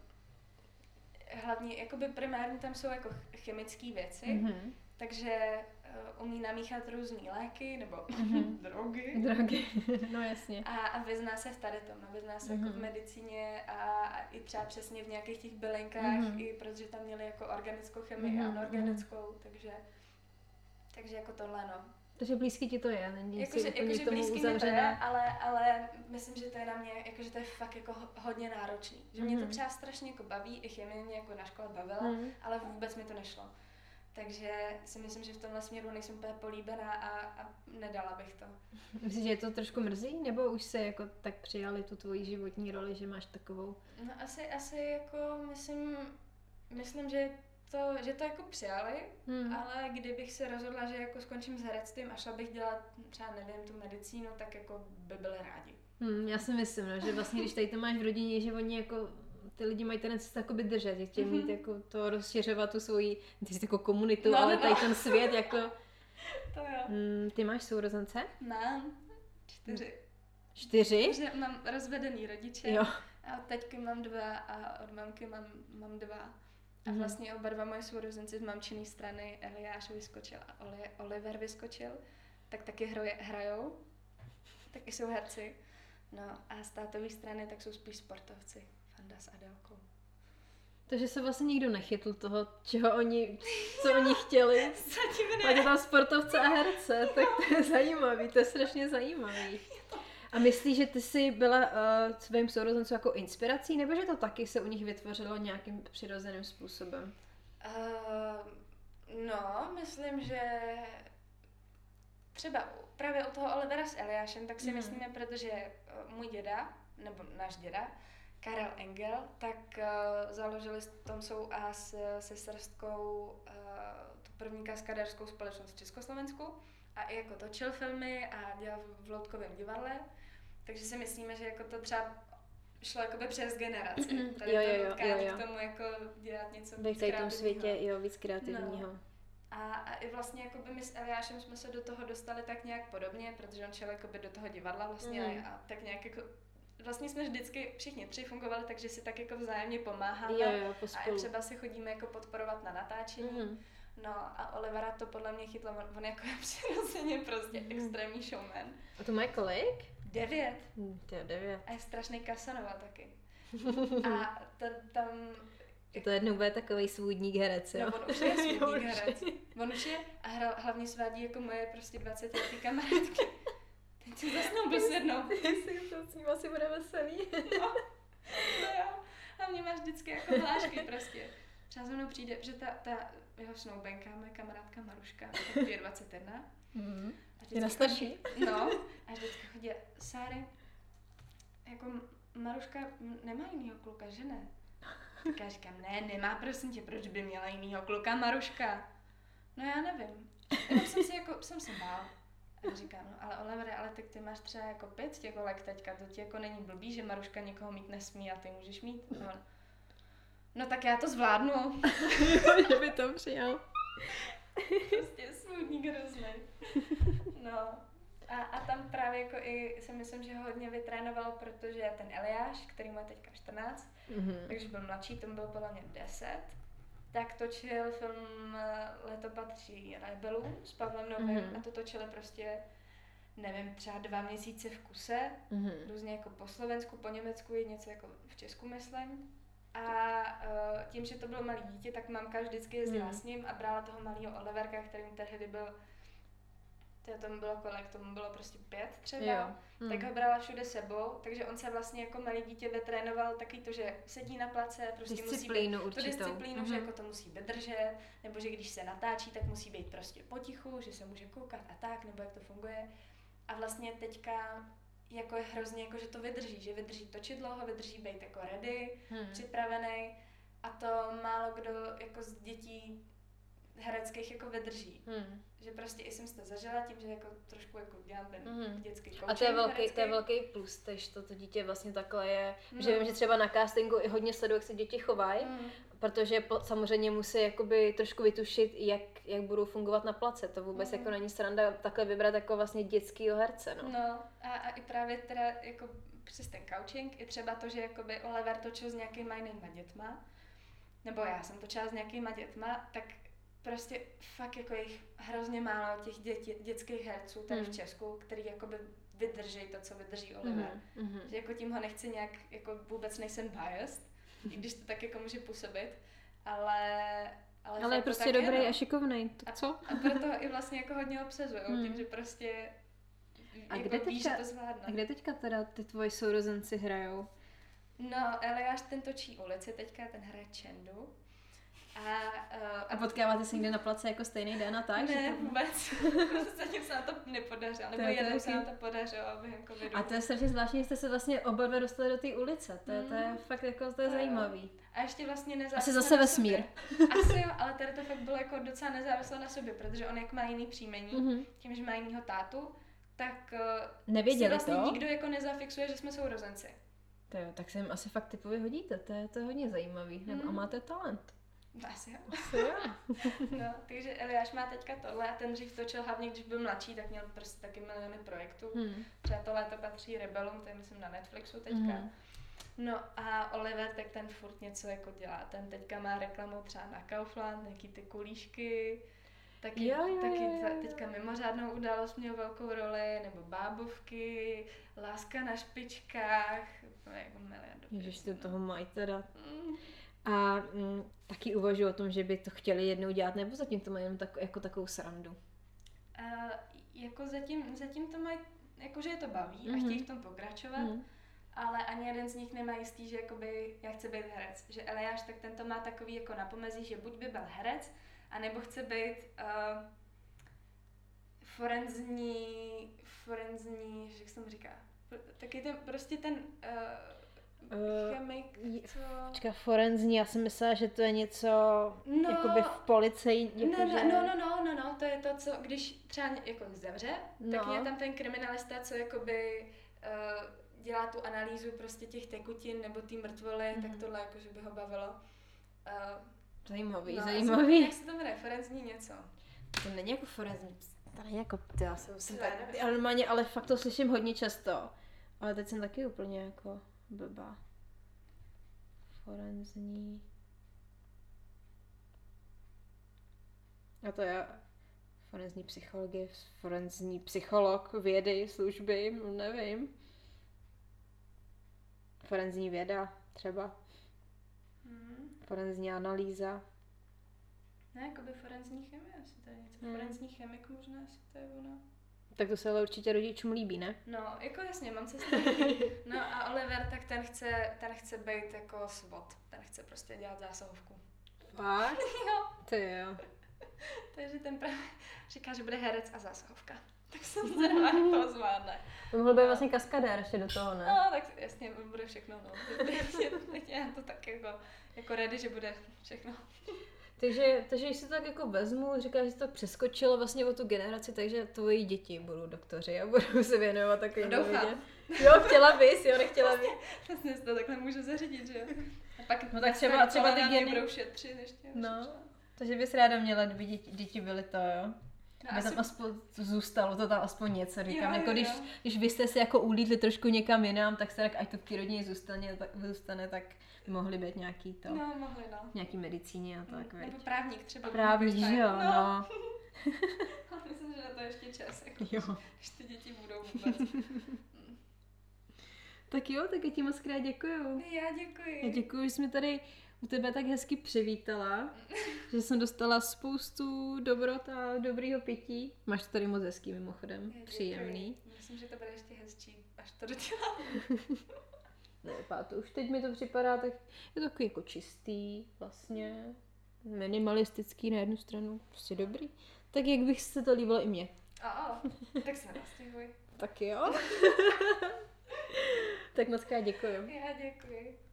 Speaker 2: hlavně jakoby primárně tam jsou jako ch- chemické věci,
Speaker 3: Mm-hmm.
Speaker 2: takže uh, umí namíchat různý léky nebo
Speaker 3: Mhm.
Speaker 2: drogy.
Speaker 3: Drogy, no jasně.
Speaker 2: A, a vyzná se v tady tom, a vyzná se jako v
Speaker 3: Mhm.
Speaker 2: medicíně a, a i třeba přesně v nějakých těch bylinkách,
Speaker 3: Mhm.
Speaker 2: i protože tam měli jako organickou chemii
Speaker 3: Mhm,
Speaker 2: a anorganickou, takže, takže jako tohle no.
Speaker 3: Takže blízký ti to je, není
Speaker 2: Jakože
Speaker 3: si úplně
Speaker 2: jakože
Speaker 3: k tomu
Speaker 2: blízký mi to je,
Speaker 3: uzavřená.
Speaker 2: ale, ale myslím, že to je na mě, jakože to je fakt jako ho- hodně náročný. Že mě to
Speaker 3: Mhm.
Speaker 2: třeba strašně jako baví, i chemie mě jako na škole bavila,
Speaker 3: Mhm.
Speaker 2: ale vůbec mi to nešlo. Takže si myslím, že v tomhle směru nejsem úplně políbená a, a nedala bych to.
Speaker 3: Myslíš, že je to trošku mrzí, nebo už se jako tak přijali tu tvoji životní roli, že máš takovou?
Speaker 2: No asi, asi jako myslím, myslím, že to, že to jako přijali,
Speaker 3: Hmm.
Speaker 2: ale kdybych se rozhodla, že jako skončím s herectvím a šla bych dělat třeba nevím tu medicínu, tak jako by byli rádi.
Speaker 3: Hmm, já si myslím, no, že vlastně když tady to máš v rodině, že oni jako ty lidi mají tendenci to jakoby držet, že chtějí mít jako to rozšiřovat tu svoji, ty jsi jako komunitu,
Speaker 2: No,
Speaker 3: ale
Speaker 2: no,
Speaker 3: tady
Speaker 2: no.
Speaker 3: ten svět jako...
Speaker 2: To jo.
Speaker 3: Hmm, ty máš sourozence?
Speaker 2: Mám čtyři.
Speaker 3: Čtyři?
Speaker 2: Takže mám rozvedený rodiče
Speaker 3: Jo.
Speaker 2: a od teďky mám dva a od mamky mám, mám dva. A
Speaker 3: Mhm.
Speaker 2: vlastně oba dva moje sourozenci z mamčiny strany, Eliáš vyskočil a Oli, Oliver vyskočil, tak taky hroje, hrajou, taky jsou herci. No a z tátový strany tak jsou spíš sportovci, Fanda s Adelkou.
Speaker 3: Takže se vlastně nikdo nechytl toho, čeho oni, co oni chtěli.
Speaker 2: Zatím
Speaker 3: Máte tam sportovce a herce, tak to je zajímavý, to je strašně zajímavý. A myslíš, že ty jsi byla uh, svým sourozencům jako inspirací, nebo že to taky se u nich vytvořilo nějakým přirozeným způsobem?
Speaker 2: Uh, no, myslím, že třeba právě u toho Olivera s Eliášem, tak si
Speaker 3: Mhm.
Speaker 2: myslíme, protože uh, můj děda, nebo náš děda, Karel Engel, tak uh, založili s Tomsou a s sestrstkou uh, tu první kaskadérskou společnost v Československu a i jako točil filmy a dělal v Loutkovém divadle, takže si myslíme, že jako to třeba šlo jakoby přes generaci. Tady
Speaker 3: Jo, jo,
Speaker 2: to
Speaker 3: jo,
Speaker 2: nutkání
Speaker 3: jo, jo.
Speaker 2: k tomu jako dělat něco
Speaker 3: Ve
Speaker 2: víc
Speaker 3: tady tom
Speaker 2: kreativního.
Speaker 3: světě, jo, víc kreativního.
Speaker 2: No. A, a i vlastně jakoby my s Eliášem jsme se do toho dostali tak nějak podobně, protože on šel jakoby do toho divadla vlastně
Speaker 3: Mhm.
Speaker 2: a, a tak nějak jako vlastně jsme vždycky všichni tři fungovali, takže si tak jako vzájemně pomáháme.
Speaker 3: Jo, jo,
Speaker 2: A i
Speaker 3: pospolu.
Speaker 2: třeba si chodíme jako podporovat na natáčení.
Speaker 3: Mhm.
Speaker 2: No a Olivera to podle mě chytlo, on, on jako je přirozeně prostě
Speaker 3: Mhm.
Speaker 2: extrémní showman.
Speaker 3: A to mají kolik?
Speaker 2: Devět.
Speaker 3: Hm, to je devět.
Speaker 2: A je strašný Casanova taky. A ta, tam...
Speaker 3: To jednou bude takový svůdník herec, jo?
Speaker 2: No, on už je svůdník
Speaker 3: Jo,
Speaker 2: herec. On už je a hra, hlavně svádí jako moje prostě dvacetiletý kamarádky. Teď si zasnoubl s jednou.
Speaker 3: Jestli to s ním asi bude veselý.
Speaker 2: No, no jo. A mě máš vždycky jako hlášky prostě. Třeba za mnou přijde, že ta, ta jeho snoubenka, moje kamarádka Maruška, tak je dvacet jedna.
Speaker 3: Mm.
Speaker 2: A vždycky
Speaker 3: Je na starší?
Speaker 2: chodí- No, a vždycky chodí, Sáry, jako Maruška m- nemá jinýho kluka, že ne? Tak já říkám, ne, nemá, prosím tě, proč by měla jinýho kluka Maruška? No já nevím. Jenom jsem si jako, jsem se bál. A říkám, no ale Olivere, ale tak ty máš třeba jako pět těch holek teďka, to ti jako není blbý, že Maruška někoho mít nesmí a ty můžeš mít. No, No tak já to zvládnu.
Speaker 3: Jo, že by to přijal.
Speaker 2: Prostě smutník hrozný. No. A, a tam právě jako i si myslím, že ho hodně vytrénovalo, protože ten Eliáš, který má teďka čtrnáct, mm-hmm. takže byl mladší, tomu byl podle mě deset, tak točil film Léto patří rebelům s Pavlem Novým mm-hmm. a to točili prostě, nevím, třeba dva měsíce v kuse, mm-hmm. různě jako po Slovensku, po Německu i něco jako v Česku, myslím. A uh, tím, že to bylo malý dítě, tak mamka vždycky jezdila mm. s ním a brala toho malého Oliverka, kterým tehdy byl, to tomu bylo kolik, tomu bylo prostě pět třeba, mm. tak ho brala všude sebou, takže on se vlastně jako malý dítě vytrénoval taky to, že sedí na place, prostě
Speaker 3: disciplínu
Speaker 2: musí být,
Speaker 3: určitou.
Speaker 2: tu disciplínu, mm-hmm. že jako to musí vydržet, nebo že když se natáčí, tak musí být prostě potichu, že se může koukat a tak, nebo jak to funguje. A vlastně teďka jako je hrozně, jako že to vydrží, že vydrží točit dlouho, vydrží být jako ready, hmm. připravený a to málo kdo jako z dětí hereckých jako vydrží. Hmm. Že prostě i jsem si to zažila tím, že jako trošku jako dělám ten hmm. dětský coaching.
Speaker 3: A to je velký, to je velký plus, tež to, to dítě vlastně takhle je, no. Že vím, že třeba na castingu i hodně sleduju, jak se děti chovají, hmm. protože po, samozřejmě musí jakoby trošku vytušit, jak, jak budou fungovat na place. To vůbec hmm. jako není sranda takhle vybrat jako vlastně dětskýho herce. No,
Speaker 2: no a, a i právě teda jako přes ten coaching, i třeba to, že jakoby Oliver točil s nějakýma jinýma dětma, nebo já jsem točila s nějakýma dětma, tak prostě fakt jako jich hrozně málo těch děti, dětských herců tady mm. v Česku, který jakoby vydrží to, co vydrží Oliver. Mm. Že jako tím ho nechci nějak, jako vůbec nejsem biased, i když to tak jako může působit, ale... Ale,
Speaker 3: ale je prostě dobrý je, no. a šikovnej, to co?
Speaker 2: A, a proto ho i vlastně jako hodně obsazujou, mm. tím, že prostě
Speaker 3: a
Speaker 2: jako
Speaker 3: kde
Speaker 2: ví,
Speaker 3: teďka,
Speaker 2: že to zvládne.
Speaker 3: A kde teďka teda ty tvoji sourozenci hrajou?
Speaker 2: No, Eliáš ten točí Ulici teďka, ten hraje Čendu. A, uh,
Speaker 3: a potkáváte se někde na place jako stejný den a tak?
Speaker 2: Ne,
Speaker 3: to...
Speaker 2: vůbec. Zatím se na to nepodařilo, nebo jednou se na to podařilo během covidu.
Speaker 3: A to je strašně zvláštní, že jste se vlastně oba dva dostali do té ulice, to je, mm. to je fakt jako, to je to zajímavý.
Speaker 2: A ještě vlastně nezávisle
Speaker 3: Asi zase vesmír.
Speaker 2: Asi jo, ale tady to fakt bylo jako docela nezávisle na sobě, protože on jak má jiný příjmení, mm-hmm. tím, že má jinýho tátu, tak
Speaker 3: nevěděli
Speaker 2: si vlastně
Speaker 3: to?
Speaker 2: nikdo jako nezafixuje, že jsme sourozenci.
Speaker 3: To jo, tak se jim asi fakt typově hodíte, to je, to je hodně zajímavý, nebo mm. a máte talent.
Speaker 2: Asi jo.
Speaker 3: Asi jo.
Speaker 2: No, takže Eliáš má teďka tohle a ten dřív točil hlavně, když byl mladší, tak měl prostě taky miliony projektů. Hmm. Třeba to Léto patří rebelům, to je myslím na Netflixu teďka. Hmm. No a Oliver, tak ten furt něco jako dělá. Ten teďka má reklamu třeba na Kaufland, nějaký ty kulíšky. Taky,
Speaker 3: jo, jo,
Speaker 2: taky
Speaker 3: jo, jo.
Speaker 2: teďka mimořádnou událost měl velkou roli, nebo Bábovky, Láska na špičkách, no jako miliardu.
Speaker 3: Ježiš, ty toho mají teda. Mm. A mm, taky uvažuji o tom, že by to chtěli jednou dělat, nebo zatím to mají tak, jako takovou srandu?
Speaker 2: Uh, jako zatím, zatím to mají, jakože je to baví mm-hmm. a chtějí v tom pokračovat, mm-hmm. ale ani jeden z nich nemá jistý, že jakoby já chci být herec. Že Eliáš, tak ten to má takový jako na pomezí, že buď by byl herec, anebo chce být uh, forenzní, forenzní, jak se tomu říká, taky ten, prostě ten... Uh, chemik, co...
Speaker 3: Počka, forenzní, já jsem myslela, že to je něco
Speaker 2: no,
Speaker 3: jakoby v policii. Jako
Speaker 2: no,
Speaker 3: že...
Speaker 2: no, no, no, no, no, to je to, co když třeba jako zemře, no. tak je tam ten kriminalista, co jakoby uh, dělá tu analýzu prostě těch tekutin nebo ty mrtvoly, mm-hmm. tak tohle jakože by ho bavilo. Uh,
Speaker 3: zajímavý,
Speaker 2: no,
Speaker 3: zajímavý.
Speaker 2: Jak se to jmenuje? Forenzní něco.
Speaker 3: To není jako forenzní, to není jako, ty, já jsem, jsem tak, ale, normálně, ale fakt to slyším hodně často. Ale teď jsem taky úplně jako... blbá. Forenzní. A to je forenzní psychologie, forenzní psycholog, vědy, služby, nevím. Forenzní věda, třeba. Hmm. Forenzní analýza.
Speaker 2: Ne, jako by forenzní chemie, asi to je něco. Hmm. Forenzní chemik možná, asi to je ono.
Speaker 3: Tak to se ale určitě rodičům líbí, ne?
Speaker 2: No, jako jasně, mám se líbí. No a Oliver, tak ten chce, ten chce být jako SWAT. Ten chce prostě dělat zásahovku.
Speaker 3: Fakt?
Speaker 2: Jo.
Speaker 3: Ty jo.
Speaker 2: Takže ten právě říká, že bude herec a zásahovka. Tak jsem zvědavá, jak to zvládne.
Speaker 3: To mohl být vlastně kaskadér ještě do toho, ne?
Speaker 2: No, tak jasně, bude všechno, no. Teď je to tak jako, jako ready, že bude všechno.
Speaker 3: Takže, takže když si to tak jako vezmu, říkáš, že to přeskočilo vlastně o tu generaci, takže tvoji děti budou doktoři a budou se věnovat takovým
Speaker 2: no,
Speaker 3: vědě. Jo, chtěla bys, jo, nechtěla bys.
Speaker 2: Vlastně to takhle můžu zařídit, že jo. A pak
Speaker 3: No tak třeba- třeba ty
Speaker 2: na mě
Speaker 3: geny-
Speaker 2: budou šetřit ještě.
Speaker 3: No.
Speaker 2: třeba.
Speaker 3: Takže bys ráda měla, kdyby děti...
Speaker 2: No.
Speaker 3: No. Takže bys ráda měla, kdyby děti, děti byly to, jo?
Speaker 2: No,
Speaker 3: Aby
Speaker 2: asi...
Speaker 3: tam aspoň zůstalo to tam aspoň něco, říkám,
Speaker 2: Jo,
Speaker 3: jako
Speaker 2: jo,
Speaker 3: když,
Speaker 2: jo.
Speaker 3: když vy jste se jako ulídli trošku někam jinam, tak se tak ať to v té rodině zůstane, tak, zůstane, tak by mohly být nějaký to,
Speaker 2: No, mohli, no.
Speaker 3: nějaký medicíně a tak,
Speaker 2: Mm,
Speaker 3: veď.
Speaker 2: Nebo právník třeba.
Speaker 3: Právník, že jo, no.
Speaker 2: no. Myslím, že na to ještě čas, jako,
Speaker 3: Jo.
Speaker 2: když ty děti budou vůbec.
Speaker 3: Tak jo, tak já ti moc krát děkuju.
Speaker 2: Já děkuji.
Speaker 3: Já děkuju, že jsi mi tady u tebe tak hezky přivítala, že jsem dostala spoustu dobrot a dobrýho pití. Máš to tady moc hezký mimochodem,
Speaker 2: Já děkuji.
Speaker 3: příjemný.
Speaker 2: Myslím, že to bude ještě hezčí, až to dodělám.
Speaker 3: Ne, to už teď mi to připadá, tak je to takový jako čistý vlastně, minimalistický na jednu stranu, prostě dobrý. Tak jak bych se to líbilo i mně.
Speaker 2: A, a tak se nastěhuj.
Speaker 3: Tak jo. Tak moc krát děkuju.
Speaker 2: Já děkuji.